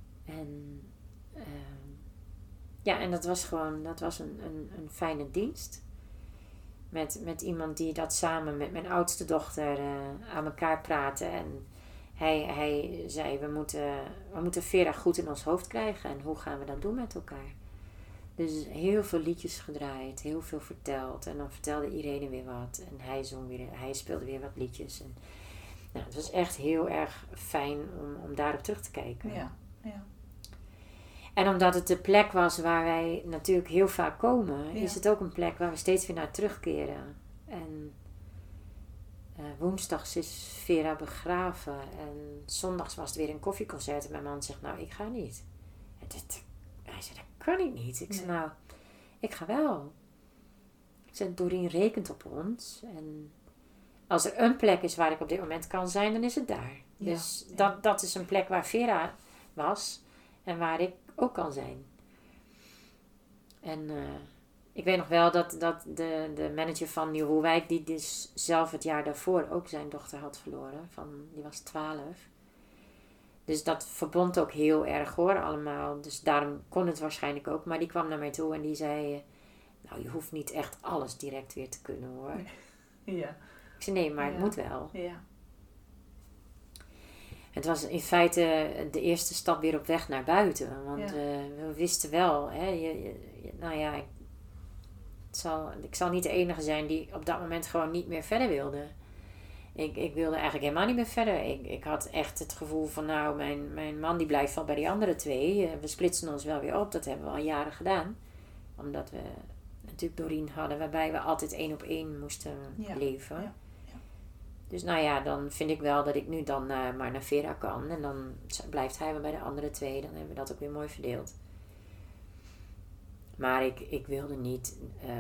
En dat was gewoon, een fijne dienst. Met iemand die dat samen met mijn oudste dochter aan elkaar praatte. En hij zei, we moeten Vera goed in ons hoofd krijgen. En hoe gaan we dat doen met elkaar? Dus heel veel liedjes gedraaid, heel veel verteld. En dan vertelde Irene weer wat. En hij speelde weer wat liedjes. En, nou, het was echt heel erg fijn om daarop terug te kijken. Ja. Ja. En omdat het de plek was waar wij natuurlijk heel vaak komen, is het ook een plek waar we steeds weer naar terugkeren. En woensdags is Vera begraven en zondags was het weer een koffieconcert. En mijn man zegt, nou, ik ga niet. Hij zei, dat kan ik niet. Ik zei, nou, ik ga wel. Ik zei, Doreen rekent op ons. En als er een plek is waar ik op dit moment kan zijn, dan is het daar. Ja. Dus dat is een plek waar Vera was en waar ik ook kan zijn. En ik weet nog wel dat de manager van Nieuwewijk, die dus zelf het jaar daarvoor ook zijn dochter had verloren, die was 12. Dus dat verbond ook heel erg hoor, allemaal. Dus daarom kon het waarschijnlijk ook. Maar die kwam naar mij toe en die zei, nou, je hoeft niet echt alles direct weer te kunnen hoor. Ja. Ik zei, nee, maar het moet wel. Ja. het was in feite de eerste stap weer op weg naar buiten. Want we wisten wel, hè, ik zal niet de enige zijn die op dat moment gewoon niet meer verder wilde. Ik wilde eigenlijk helemaal niet meer verder. Ik had echt het gevoel van mijn man die blijft wel bij die andere 2. We splitsen ons wel weer op. Dat hebben we al jaren gedaan. Omdat we natuurlijk Doreen hadden waarbij we altijd 1 op 1 moesten leven. Ja. Ja. Dus dan vind ik wel dat ik nu dan maar naar Vera kan. En dan blijft hij weer bij de andere 2. Dan hebben we dat ook weer mooi verdeeld. Maar ik wilde niet...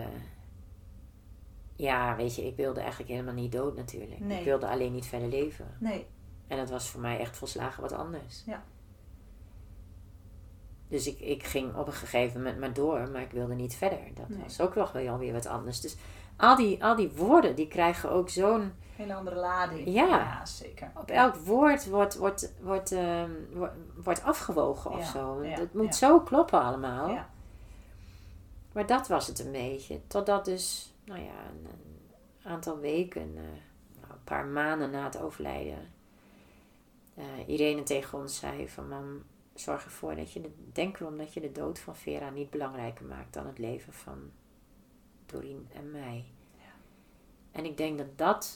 ik wilde eigenlijk helemaal niet dood natuurlijk. Nee. Ik wilde alleen niet verder leven. Nee. En dat was voor mij echt volslagen wat anders. Ja. Dus ik ging op een gegeven moment maar door, maar ik wilde niet verder. Dat was ook nog wel weer wat anders. Dus al die woorden, die krijgen ook zo'n... Hele andere lading. Ja, zeker. Op elk woord wordt afgewogen of zo. Ja, het moet zo kloppen allemaal. Ja. Maar dat was het een beetje. Totdat dus... een aantal weken, een paar maanden na het overlijden, Irene tegen ons zei van mam, zorg ervoor dat denk erom dat je de dood van Vera niet belangrijker maakt dan het leven van Doreen en mij. Ja. En ik denk dat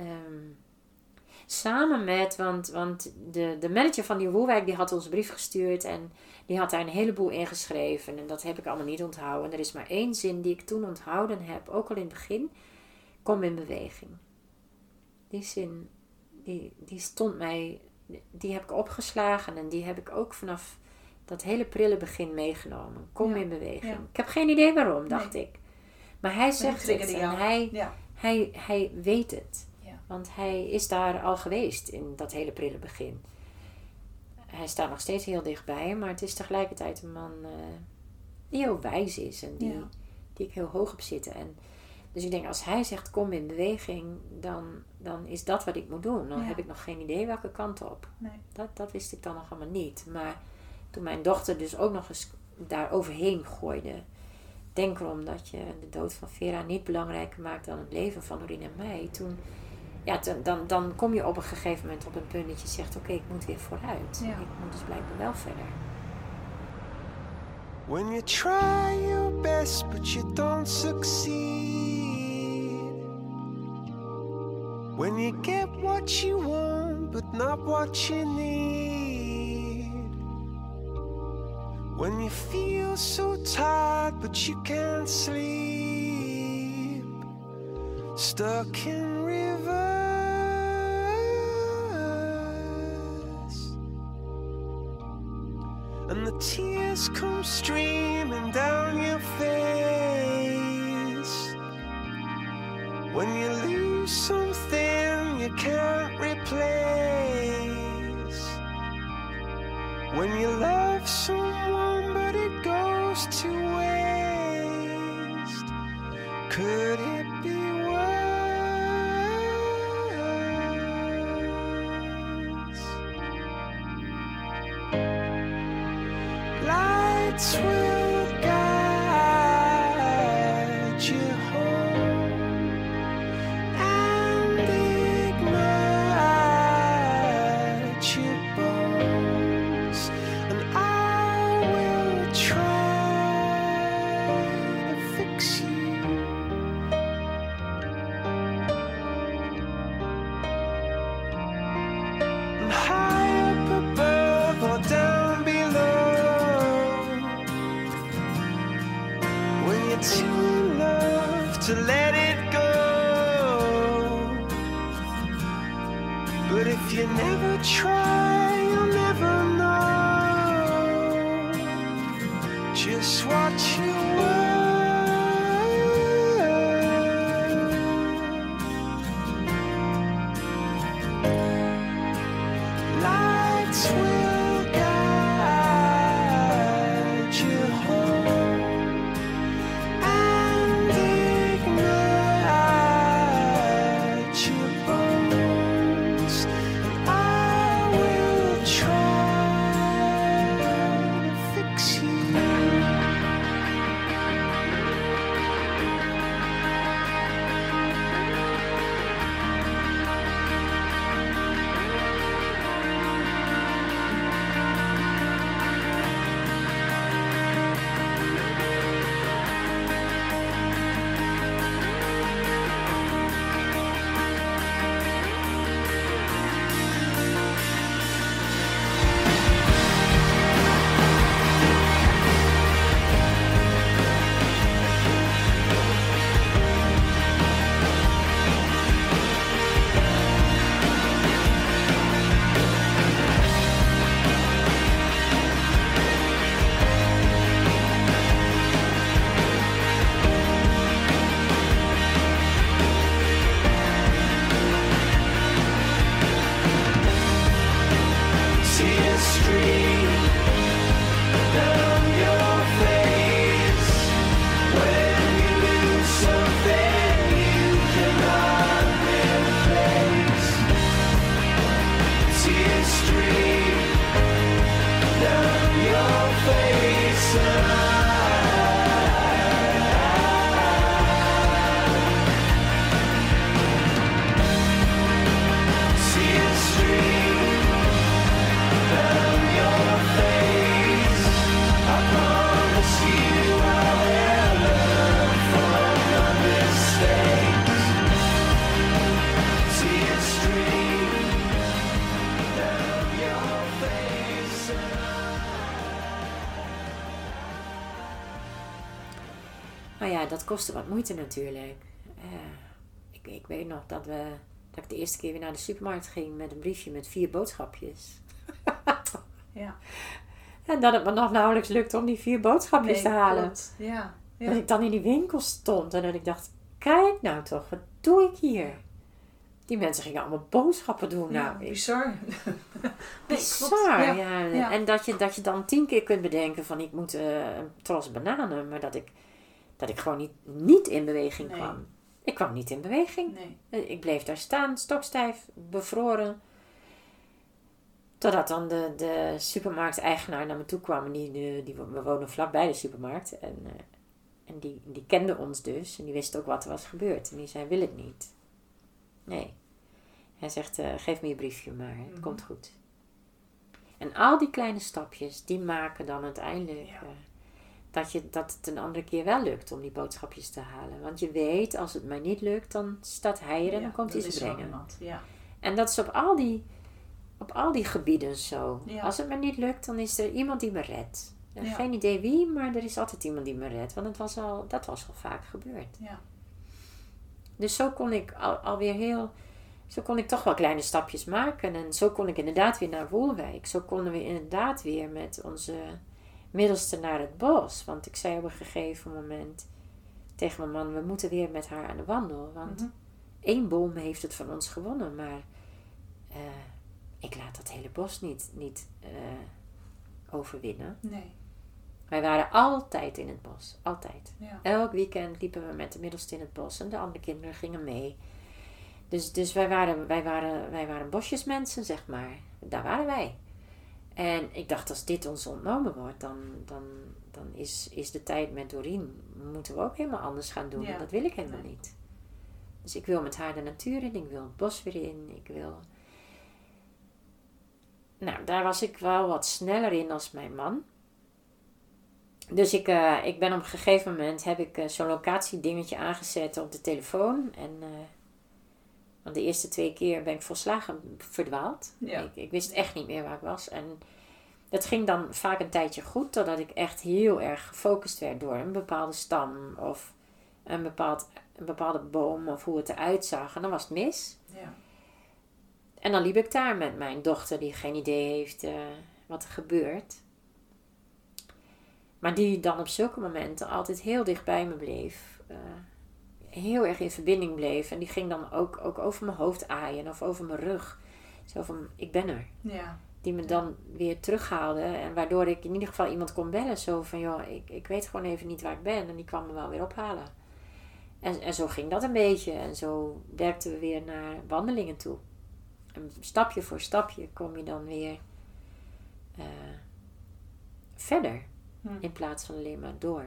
samen met, want de manager van die Woelwijk die had ons een brief gestuurd en die had daar een heleboel in geschreven en dat heb ik allemaal niet onthouden. Er is maar 1 zin die ik toen onthouden heb, ook al in het begin, kom in beweging. Die zin, die stond mij, die heb ik opgeslagen en die heb ik ook vanaf dat hele prille begin meegenomen. Kom in beweging. Ja. Ik heb geen idee waarom, dacht ik. Maar hij zegt het en hij weet het. Want hij is daar al geweest in dat hele prille begin. Hij staat nog steeds heel dichtbij, maar het is tegelijkertijd een man die heel wijs is en die ik heel hoog heb zitten. En dus ik denk, als hij zegt kom in beweging, dan is dat wat ik moet doen. Dan heb ik nog geen idee welke kant op. Nee. Dat wist ik dan nog allemaal niet. Maar toen mijn dochter dus ook nog eens daar overheen gooide, denk erom dat je de dood van Vera niet belangrijker maakt dan het leven van Doreen en mij. Dan kom je op een gegeven moment op een punt dat je zegt, oké, ik moet weer vooruit. Ja. Ik moet dus blijkbaar wel verder. When you try your best but you don't succeed. When you get what you want but not what you need. When you feel so tired but you can't sleep. Stuck in rivers. And the tears come streaming down your face. When you lose something you can't replace. When you love someone but it goes to waste. Could it be worse? Lights will guide you home and ignite your bones, and I will try to fix you. And high up above or down below, when you're too in love to let it go. But if you never try, you'll never know just what you were. Lights will guide you home and ignite your bones, and I will try to fix you. ja, dat kostte wat moeite natuurlijk. Ik weet nog dat ik de eerste keer weer naar de supermarkt ging met een briefje met 4 boodschapjes. Ja. En dat het me nog nauwelijks lukte om die 4 boodschapjes te halen. Klopt. Ja. Ja. Dat ik dan in die winkel stond en dat ik dacht, kijk nou toch, wat doe ik hier? Die mensen gingen allemaal boodschappen doen. Ja, Nou, bizar. bizar, klopt. ja. Ja. En dat je dan 10 keer kunt bedenken van ik moet een tros bananen, maar dat ik gewoon niet in beweging Nee. kwam. Ik kwam niet in beweging. Nee. Ik bleef daar staan, stokstijf, bevroren. Totdat dan de supermarkteigenaar naar me toe kwam. En we wonen vlakbij de supermarkt. En die kende ons dus. En die wist ook wat er was gebeurd. En die zei, wil het niet. Nee. Hij zegt, geef me je briefje maar. Het komt goed. En al die kleine stapjes, die maken dan uiteindelijk... dat het een andere keer wel lukt om die boodschapjes te halen. Want je weet, als het mij niet lukt, dan staat hij er en dan komt hij ze brengen. Ja. En dat is op al die gebieden zo. Ja. Als het me niet lukt, dan is er iemand die me redt. En Ja. geen idee wie, maar er is altijd iemand die me redt. Want dat was al vaak gebeurd. Ja. Dus zo kon ik zo kon ik toch wel kleine stapjes maken. En zo kon ik inderdaad weer naar Woelwijk. Zo konden we inderdaad weer met onze middelste naar het bos. Want ik zei op een gegeven moment tegen mijn man, we moeten weer met haar aan de wandel. Want 1 boom heeft het van ons gewonnen. Maar ik laat dat hele bos niet overwinnen. Nee. Wij waren altijd in het bos. Altijd. Ja. Elk weekend liepen we met de middelste in het bos. En de andere kinderen gingen mee. Dus wij waren bosjesmensen, zeg maar. Daar waren wij. En ik dacht, als dit ons ontnomen wordt, dan is de tijd met Doreen, moeten we ook helemaal anders gaan doen. Ja. En dat wil ik helemaal niet. Dus ik wil met haar de natuur in, ik wil het bos weer in, Nou, daar was ik wel wat sneller in als mijn man. Dus ik ben op een gegeven moment, heb ik zo'n locatiedingetje aangezet op de telefoon. En want de eerste 2 keer ben ik volslagen verdwaald. Ja. Ik wist echt niet meer waar ik was. En dat ging dan vaak een tijdje goed, totdat ik echt heel erg gefocust werd door een bepaalde stam of een bepaalde boom of hoe het eruit zag. En dan was het mis. Ja. En dan liep ik daar met mijn dochter die geen idee heeft wat er gebeurt. Maar die dan op zulke momenten altijd heel dicht bij me bleef. Heel erg in verbinding bleef. En die ging dan ook over mijn hoofd aaien of over mijn rug. Zo van, ik ben er. Ja. Die me dan weer terughaalde. En waardoor ik in ieder geval iemand kon bellen. Zo van, joh, ik weet gewoon even niet waar ik ben. En die kwam me wel weer ophalen. En zo ging dat een beetje. En zo werkten we weer naar wandelingen toe. En stapje voor stapje kom je dan weer verder. In plaats van alleen maar door.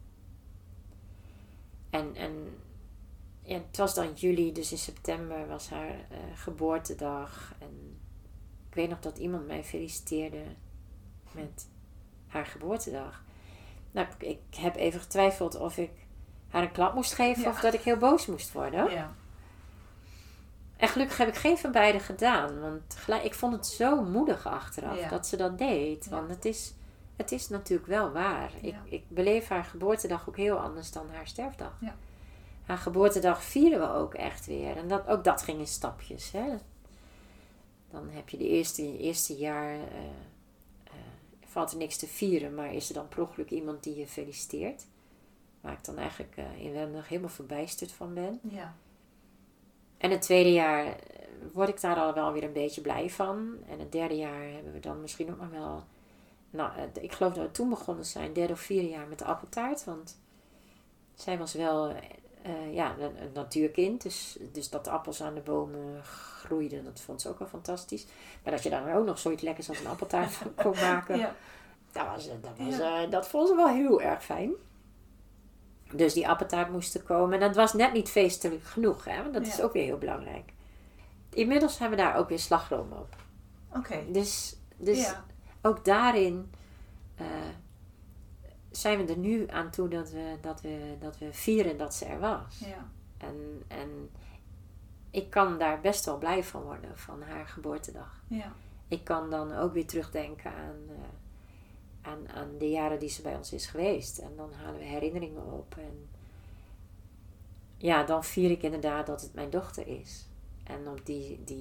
En ja, het was dan juli, dus in september was haar geboortedag. En ik weet nog dat iemand mij feliciteerde met haar geboortedag. Nou, ik heb even getwijfeld of ik haar een klap moest geven of dat ik heel boos moest worden. Ja. En gelukkig heb ik geen van beide gedaan. Want ik vond het zo moedig achteraf dat ze dat deed. Ja. Want het is natuurlijk wel waar. Ja. Ik beleef haar geboortedag ook heel anders dan haar sterfdag. Ja. Haar geboortedag vieren we ook echt weer. En ook dat ging in stapjes. Hè. Dan heb je de eerste jaar... valt er niks te vieren. Maar is er dan per ongeluk iemand die je feliciteert. Waar ik dan eigenlijk inwendig helemaal verbijsterd van ben. Ja. En het tweede jaar word ik daar al wel weer een beetje blij van. En het derde jaar hebben we dan misschien ook nog wel... Nou, ik geloof dat we toen begonnen zijn, 3e of 4e jaar met de appeltaart. Want zij was wel een natuurkind. Dus dat de appels aan de bomen groeiden, dat vond ze ook wel fantastisch. Maar dat je daar ook nog zoiets lekkers als een appeltaart van kon maken. Ja. Dat vond ze wel heel erg fijn. Dus die appeltaart moest er komen. En dat was net niet feestelijk genoeg. Hè? Want dat is ook weer heel belangrijk. Inmiddels hebben we daar ook weer slagroom op. Oké. Dus ook daarin zijn we er nu aan toe dat we vieren dat ze er was. Ja. En ik kan daar best wel blij van worden, van haar geboortedag. Ja. Ik kan dan ook weer terugdenken aan de jaren die ze bij ons is geweest. En dan halen we herinneringen op. En ja, dan vier ik inderdaad dat het mijn dochter is. En op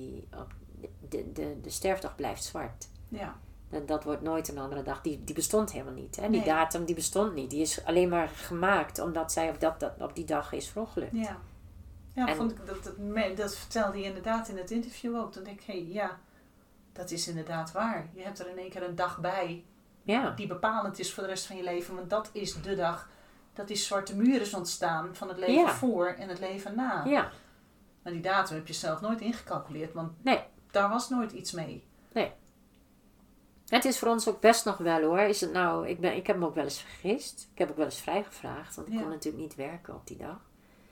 de sterfdag blijft zwart. Ja. Dat wordt nooit een andere dag. Die bestond helemaal niet. Hè? Die Nee. datum die bestond niet. Die is alleen maar gemaakt omdat zij op die dag is verongelukt. Ja. Ja, En- vond ik dat vertelde je inderdaad in het interview ook. Dan denk ik, ja, dat is inderdaad waar. Je hebt er in één keer een dag bij Ja. die bepalend is voor de rest van je leven. Want dat is de dag dat die zwarte muur is ontstaan van het leven Ja. voor en het leven na. Ja. Maar die datum heb je zelf nooit ingecalculeerd, want Nee. daar was nooit iets mee. Het is voor ons ook best nog wel hoor. Is het nou, ik heb me ook wel eens vergist. Ik heb ook wel eens vrijgevraagd. Want ik Ja. kon natuurlijk niet werken op die dag.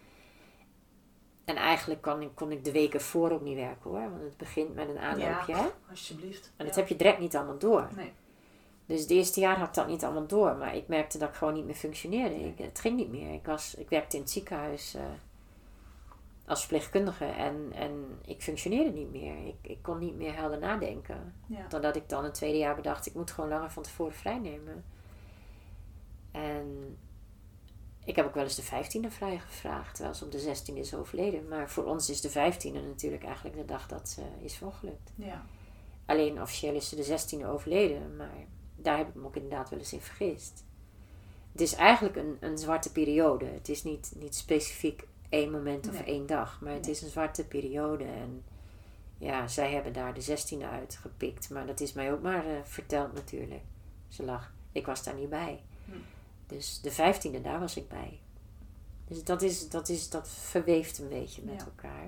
En eigenlijk kon ik de weken voor ook niet werken hoor. Want het begint met een aanloopje. Hè? Alsjeblieft. En dat Ja. heb je direct niet allemaal door. Nee. Dus het eerste jaar had ik dat niet allemaal door. Maar ik merkte dat ik gewoon niet meer functioneerde. Nee. Het ging niet meer. Ik werkte in het ziekenhuis als verpleegkundige. En ik functioneerde niet meer. Ik kon niet meer helder nadenken. Ja. Totdat ik dan het tweede jaar bedacht, ik moet gewoon langer van tevoren vrijnemen. En ik heb ook wel eens de 15e vrijgevraagd, terwijl ze op de 16e is overleden. Maar voor ons is de 15e natuurlijk eigenlijk de dag dat ze is verongelukt. Ja. Alleen officieel is ze de 16e overleden, maar daar heb ik me ook inderdaad wel eens in vergist. Het is eigenlijk een zwarte periode. Het is niet specifiek één moment of Nee. één dag, maar het Nee. is een zwarte periode. En ja, zij hebben daar de 16e uitgepikt, maar dat is mij ook maar verteld natuurlijk. Ik was daar niet bij. Dus de 15e, daar was ik bij. Dus dat verweeft een beetje met Ja. elkaar.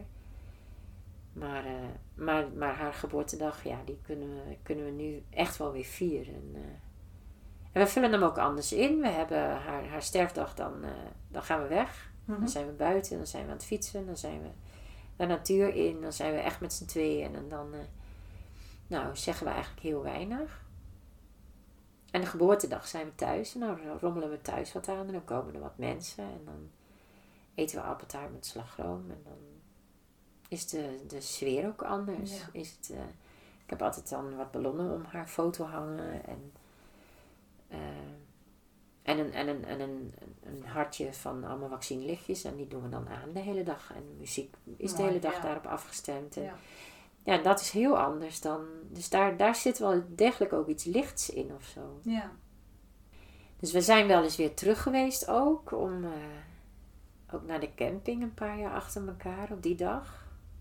Maar haar geboortedag, ja, die kunnen we nu echt wel weer vieren. En we vullen hem ook anders in. We hebben haar sterfdag, dan gaan we weg. Mhm. Dan zijn we buiten, dan zijn we aan het fietsen. Dan zijn we de natuur in. Dan zijn we echt met z'n tweeën. En dan zeggen we eigenlijk heel weinig. En de geboortedag zijn we thuis. En dan rommelen we thuis wat aan. En dan komen er wat mensen. En dan eten we appeltaart met slagroom. En dan is de sfeer ook anders. Ja. Ik heb altijd dan wat ballonnen om haar foto hangen. En een hartje van allemaal vaccinelichtjes. En die doen we dan aan de hele dag. En muziek is de Mooi, hele dag ja. daarop afgestemd. En Ja. ja, dat is heel anders dan... Dus daar zit wel degelijk ook iets lichts in of zo. Ja. Dus we zijn wel eens weer terug geweest ook. Ook naar de camping een paar jaar achter elkaar op die dag.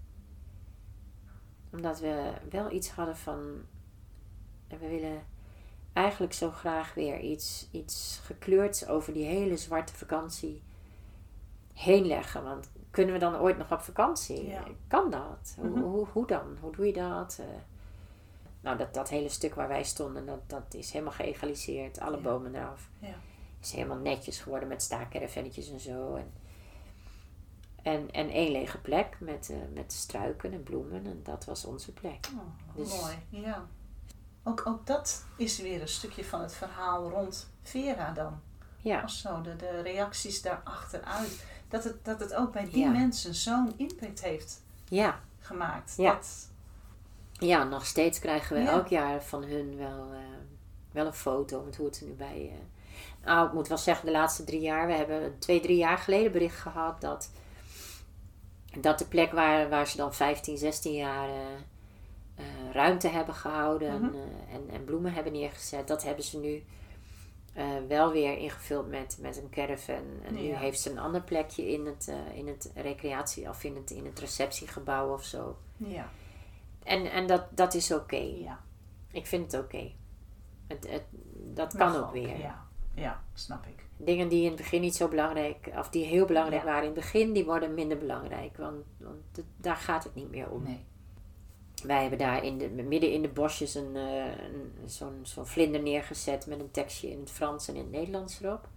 Omdat we wel iets hadden van... En we willen eigenlijk zo graag weer iets gekleurds over die hele zwarte vakantie heen leggen. Want kunnen we dan ooit nog op vakantie? Ja. Kan dat? Mhm. Hoe dan? Hoe doe je dat? Dat hele stuk waar wij stonden, dat is helemaal geëgaliseerd. Alle Ja. bomen eraf. Ja. Is helemaal netjes geworden met staakervennetjes en zo. En één lege plek met struiken en bloemen. En dat was onze plek. Oh, Dus- mooi. Ja. Ook dat is weer een stukje van het verhaal rond Vera dan. Ja, Of zo, de reacties daarachteruit. Dat het ook bij die Ja. mensen zo'n impact heeft ja. gemaakt. Ja. Ja, nog steeds krijgen we Ja. elk jaar van hun wel een foto met hoe het er nu bij... ik moet wel zeggen, de laatste 3 jaar... We hebben 2-3 jaar geleden bericht gehad dat de plek waar ze dan 15, 16 jaar ruimte hebben gehouden... Mhm. en bloemen hebben neergezet, dat hebben ze nu wel weer ingevuld met een caravan. En nu Ja. heeft ze een ander plekje in het recreatie... of in het receptiegebouw of zo. Ja. En dat is oké. Ja. Ik vind het oké. Dat Mag kan ook weer. Ja, snap ik. Dingen die in het begin niet zo belangrijk, of die heel belangrijk Ja. waren in het begin, die worden minder belangrijk. Want daar gaat het niet meer om. Nee. Wij hebben daar midden in de bosjes zo'n vlinder neergezet met een tekstje in het Frans en in het Nederlands erop.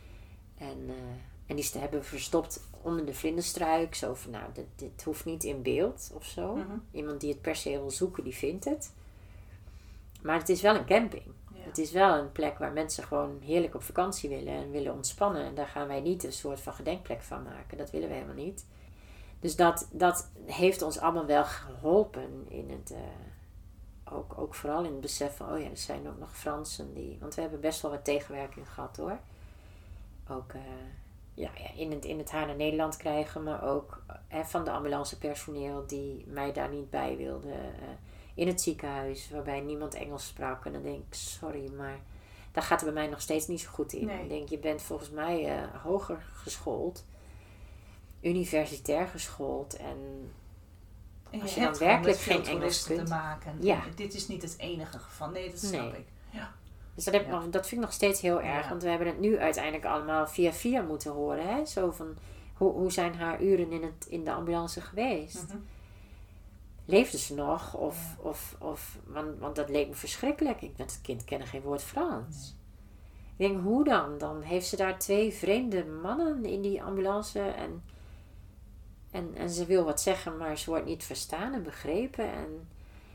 En die hebben we verstopt onder de vlinderstruik. Zo van, dit hoeft niet in beeld of zo. Mhm. Iemand die het per se wil zoeken, die vindt het. Maar het is wel een camping. Ja. Het is wel een plek waar mensen gewoon heerlijk op vakantie willen en willen ontspannen. En daar gaan wij niet een soort van gedenkplek van maken. Dat willen we helemaal niet. Dus dat heeft ons allemaal wel geholpen in het... Ook vooral in het besef van... er zijn ook nog Fransen die... Want we hebben best wel wat tegenwerking gehad hoor. Ook in het haar naar Nederland krijgen. Maar ook van de ambulancepersoneel die mij daar niet bij wilde. In het ziekenhuis waarbij niemand Engels sprak. En dan denk ik, sorry, maar daar gaat het bij mij nog steeds niet zo goed in. Nee. Ik denk, je bent volgens mij hoger geschoold. Universitair geschoold. En als je dan werkelijk geen Engels kunt. te maken. Ja. Dit is niet het enige geval. Nee, dat snap ik. Ja. Dus dat vind ik nog steeds heel erg. Ja. Want we hebben het nu uiteindelijk allemaal via moeten horen. Hè? Zo van, hoe zijn haar uren in de ambulance geweest? Mhm. Leefde ze nog? Want dat leek me verschrikkelijk. Het kind kende geen woord Frans. Ik denk, hoe dan? Dan heeft ze daar 2 vreemde mannen in die ambulance. En ze wil wat zeggen, maar ze wordt niet verstaan en begrepen. En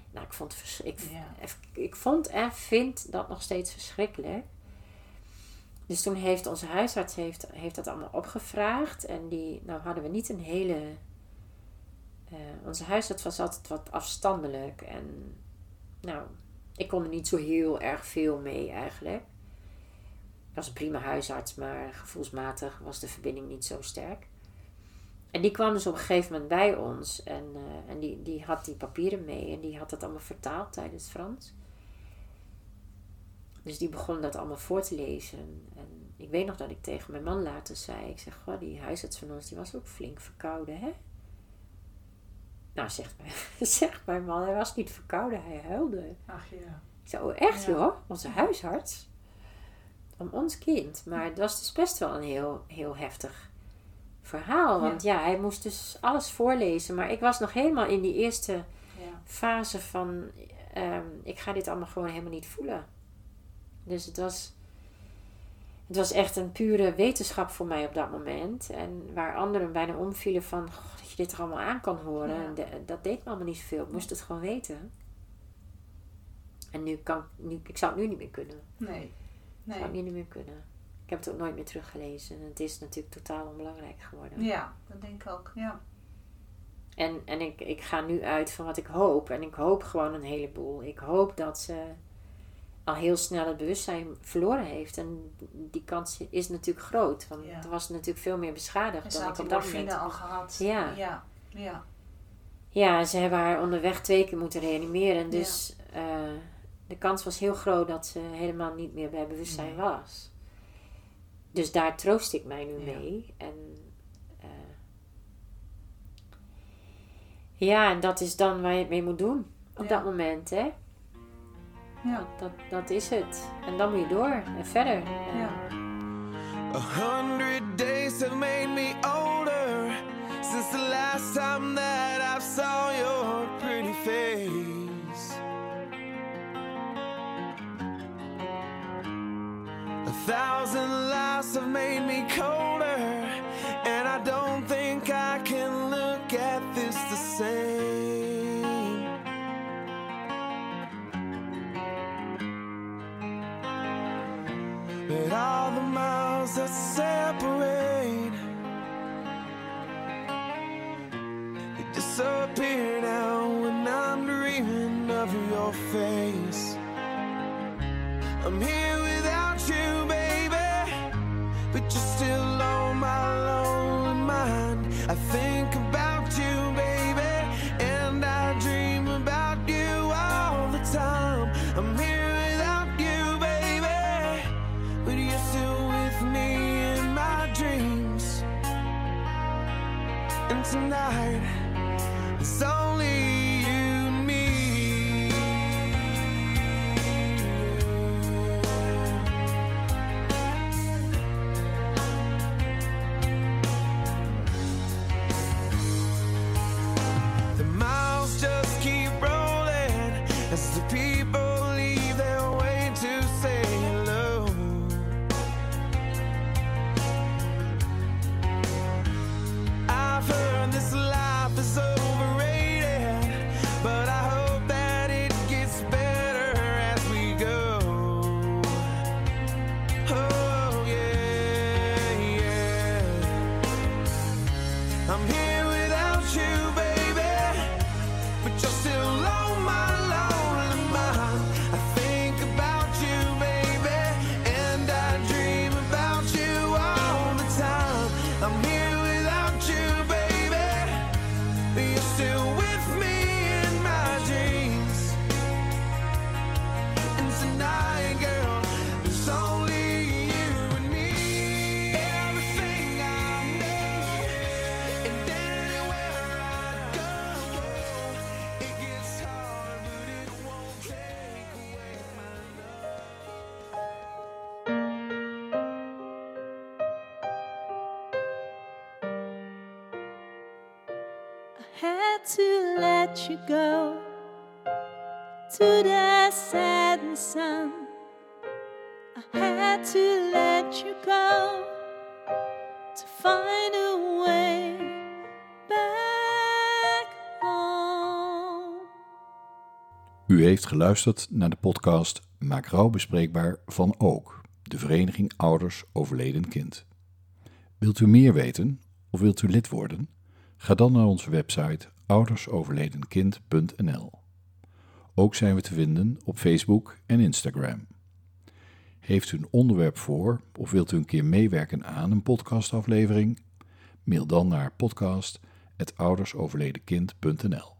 ik vond en vind dat nog steeds verschrikkelijk. Dus toen heeft onze huisarts heeft dat allemaal opgevraagd. En hadden we niet een hele... onze huisarts was altijd wat afstandelijk. En ik kon er niet zo heel erg veel mee eigenlijk. Het was een prima huisarts, maar gevoelsmatig was de verbinding niet zo sterk. En die kwam dus op een gegeven moment bij ons. En die had die papieren mee. En die had dat allemaal vertaald tijdens Frans. Dus die begon dat allemaal voor te lezen. En ik weet nog dat ik tegen mijn man later zei. Ik zeg, goh, die huisarts van ons, die was ook flink verkouden, hè? Nou, zegt mijn man, hij was niet verkouden, hij huilde. Ach ja. Ik zei, oh echt joh? Onze huisarts? Om ons kind. Maar het was dus best wel een heel, heel heftig verhaal. Want hij moest dus alles voorlezen. Maar ik was nog helemaal in die eerste fase van... ik ga dit allemaal gewoon helemaal niet voelen. Dus het was echt een pure wetenschap voor mij op dat moment. En waar anderen bijna omvielen van... dat je dit er allemaal aan kan horen. Ja. Dat deed me allemaal niet zoveel. Ik moest het gewoon weten. En ik zou het nu niet meer kunnen. Nee. Ik zou het nu niet meer kunnen. Ik heb het ook nooit meer teruggelezen. En het is natuurlijk totaal onbelangrijk geworden. Ja, dat denk ik ook. Ja. En ik ga nu uit van wat ik hoop. En ik hoop gewoon een heleboel. Ik hoop dat ze al heel snel het bewustzijn verloren heeft. En die kans is natuurlijk groot. Want er was natuurlijk veel meer beschadigd dan ik op dat moment. al gehad. Ja, ze hebben haar onderweg 2 keer moeten reanimeren. Dus de kans was heel groot dat ze helemaal niet meer bij bewustzijn was. Dus daar troost ik mij nu mee. En en dat is dan waar je het mee moet doen. Op dat moment, hè. Ja. Dat is het. En dan moet je door en verder. Ja. 100 days have made me older since the last time that I saw your pretty face. 1,000 lives have made me colder, and I don't think I can look at this the same. But all the miles that separate, they disappear now when I'm dreaming of your face. I'm here without you, baby, but you're still on my lonely mind. I think about you, baby, and I dream about you all the time. I'm here without you, baby, but you're still with me in my dreams. And tonight, it's only you and me. had to let you go to the setting sun. I had to let you go to find a way back home. U heeft geluisterd naar de podcast Maak rouw bespreekbaar van Ook, de Vereniging Ouders Overleden Kind. Wilt u meer weten of wilt u lid worden? Ga dan naar onze website oudersoverledenkind.nl. Ook zijn we te vinden op Facebook en Instagram. Heeft u een onderwerp voor of wilt u een keer meewerken aan een podcastaflevering? Mail dan naar podcast@oudersoverledenkind.nl.